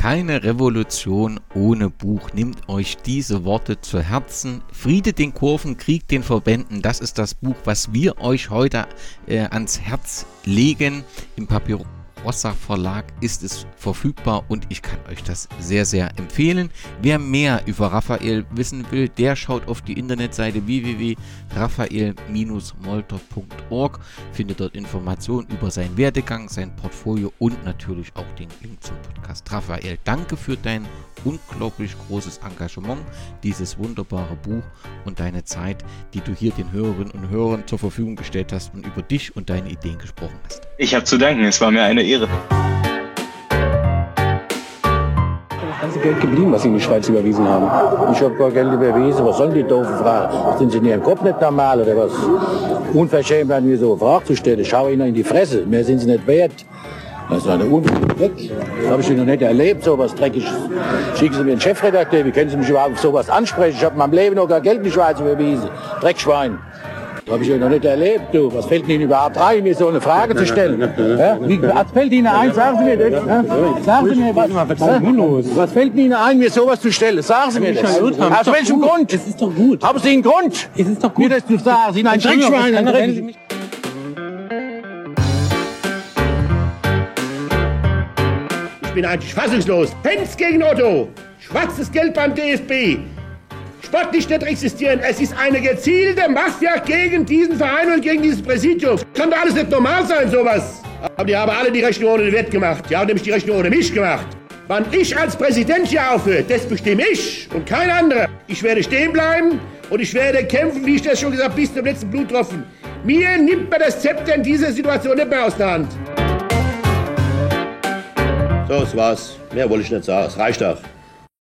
Speaker 4: Keine Revolution ohne Buch. Nehmt euch diese Worte zu Herzen. Friede den Kurven, Krieg den Verbänden. Das ist das Buch, was wir euch heute äh, ans Herz legen. Im Papyrossa Verlag ist es verfügbar und ich kann euch das sehr, sehr empfehlen. Wer mehr über Raphael wissen will, der schaut auf die Internetseite w w w punkt raphael Bindestrich molter punkt org, findet dort Informationen über seinen Werdegang, sein Portfolio und natürlich auch den Link zum Podcast. Raphael, danke für dein unglaublich großes Engagement, dieses wunderbare Buch und deine Zeit, die du hier den Hörerinnen und Hörern zur Verfügung gestellt hast und über dich und deine Ideen gesprochen hast.
Speaker 6: Ich habe zu danken, es war mir eine Ehre.
Speaker 7: Das ganze Geld geblieben, was sie in die Schweiz überwiesen haben. Ich habe gar Geld überwiesen. Was sollen die doofen Fragen? Sind sie in ihrem Kopf nicht normal oder was? Unverschämt an mir so eine Frage zu stellen. Ich schaue ihnen in die Fresse. Mehr sind sie nicht wert. Das ist eine Unfug weg. Das habe ich noch nicht erlebt, so was Dreckiges. Schicken Sie mir einen Chefredakteur. Wie können Sie mich überhaupt auf sowas ansprechen? Ich habe in meinem Leben noch gar Geld in die Schweiz überwiesen. Dreckschwein. Das habe ich noch nicht erlebt, du. Was fällt Ihnen überhaupt ein, mir so eine Frage zu stellen? Ja? Wie, was fällt Ihnen ein? Sagen Sie mir das. Ja? Sagen Sie mir, was, was, was fällt Ihnen ein, mir sowas zu stellen? Sagen Sie mir das. Aus welchem Grund?
Speaker 8: Es ist doch gut.
Speaker 7: Haben Sie einen Grund?
Speaker 8: Es ist doch gut.
Speaker 7: Mir das zu sagen. Sie sind ein Dreckschwein, ein Dreck.
Speaker 9: Ich bin eigentlich fassungslos. Fans gegen Otto. Schwarzes Geld beim D F B. Sportlich nicht existieren. Es ist eine gezielte Machtjagd gegen diesen Verein und gegen dieses Präsidium. Kann doch alles nicht normal sein, sowas. Aber die haben alle die Rechnung ohne den Wert gemacht. Die haben nämlich die Rechnung ohne mich gemacht. Wann ich als Präsident hier aufhöre, das bestimme ich und kein anderer. Ich werde stehen bleiben und ich werde kämpfen, wie ich das schon gesagt habe, bis zum letzten Bluttropfen. Mir nimmt man das Zepter in dieser Situation nicht mehr aus der Hand.
Speaker 10: So, das war's. Mehr wollte ich nicht sagen. Es reicht auch.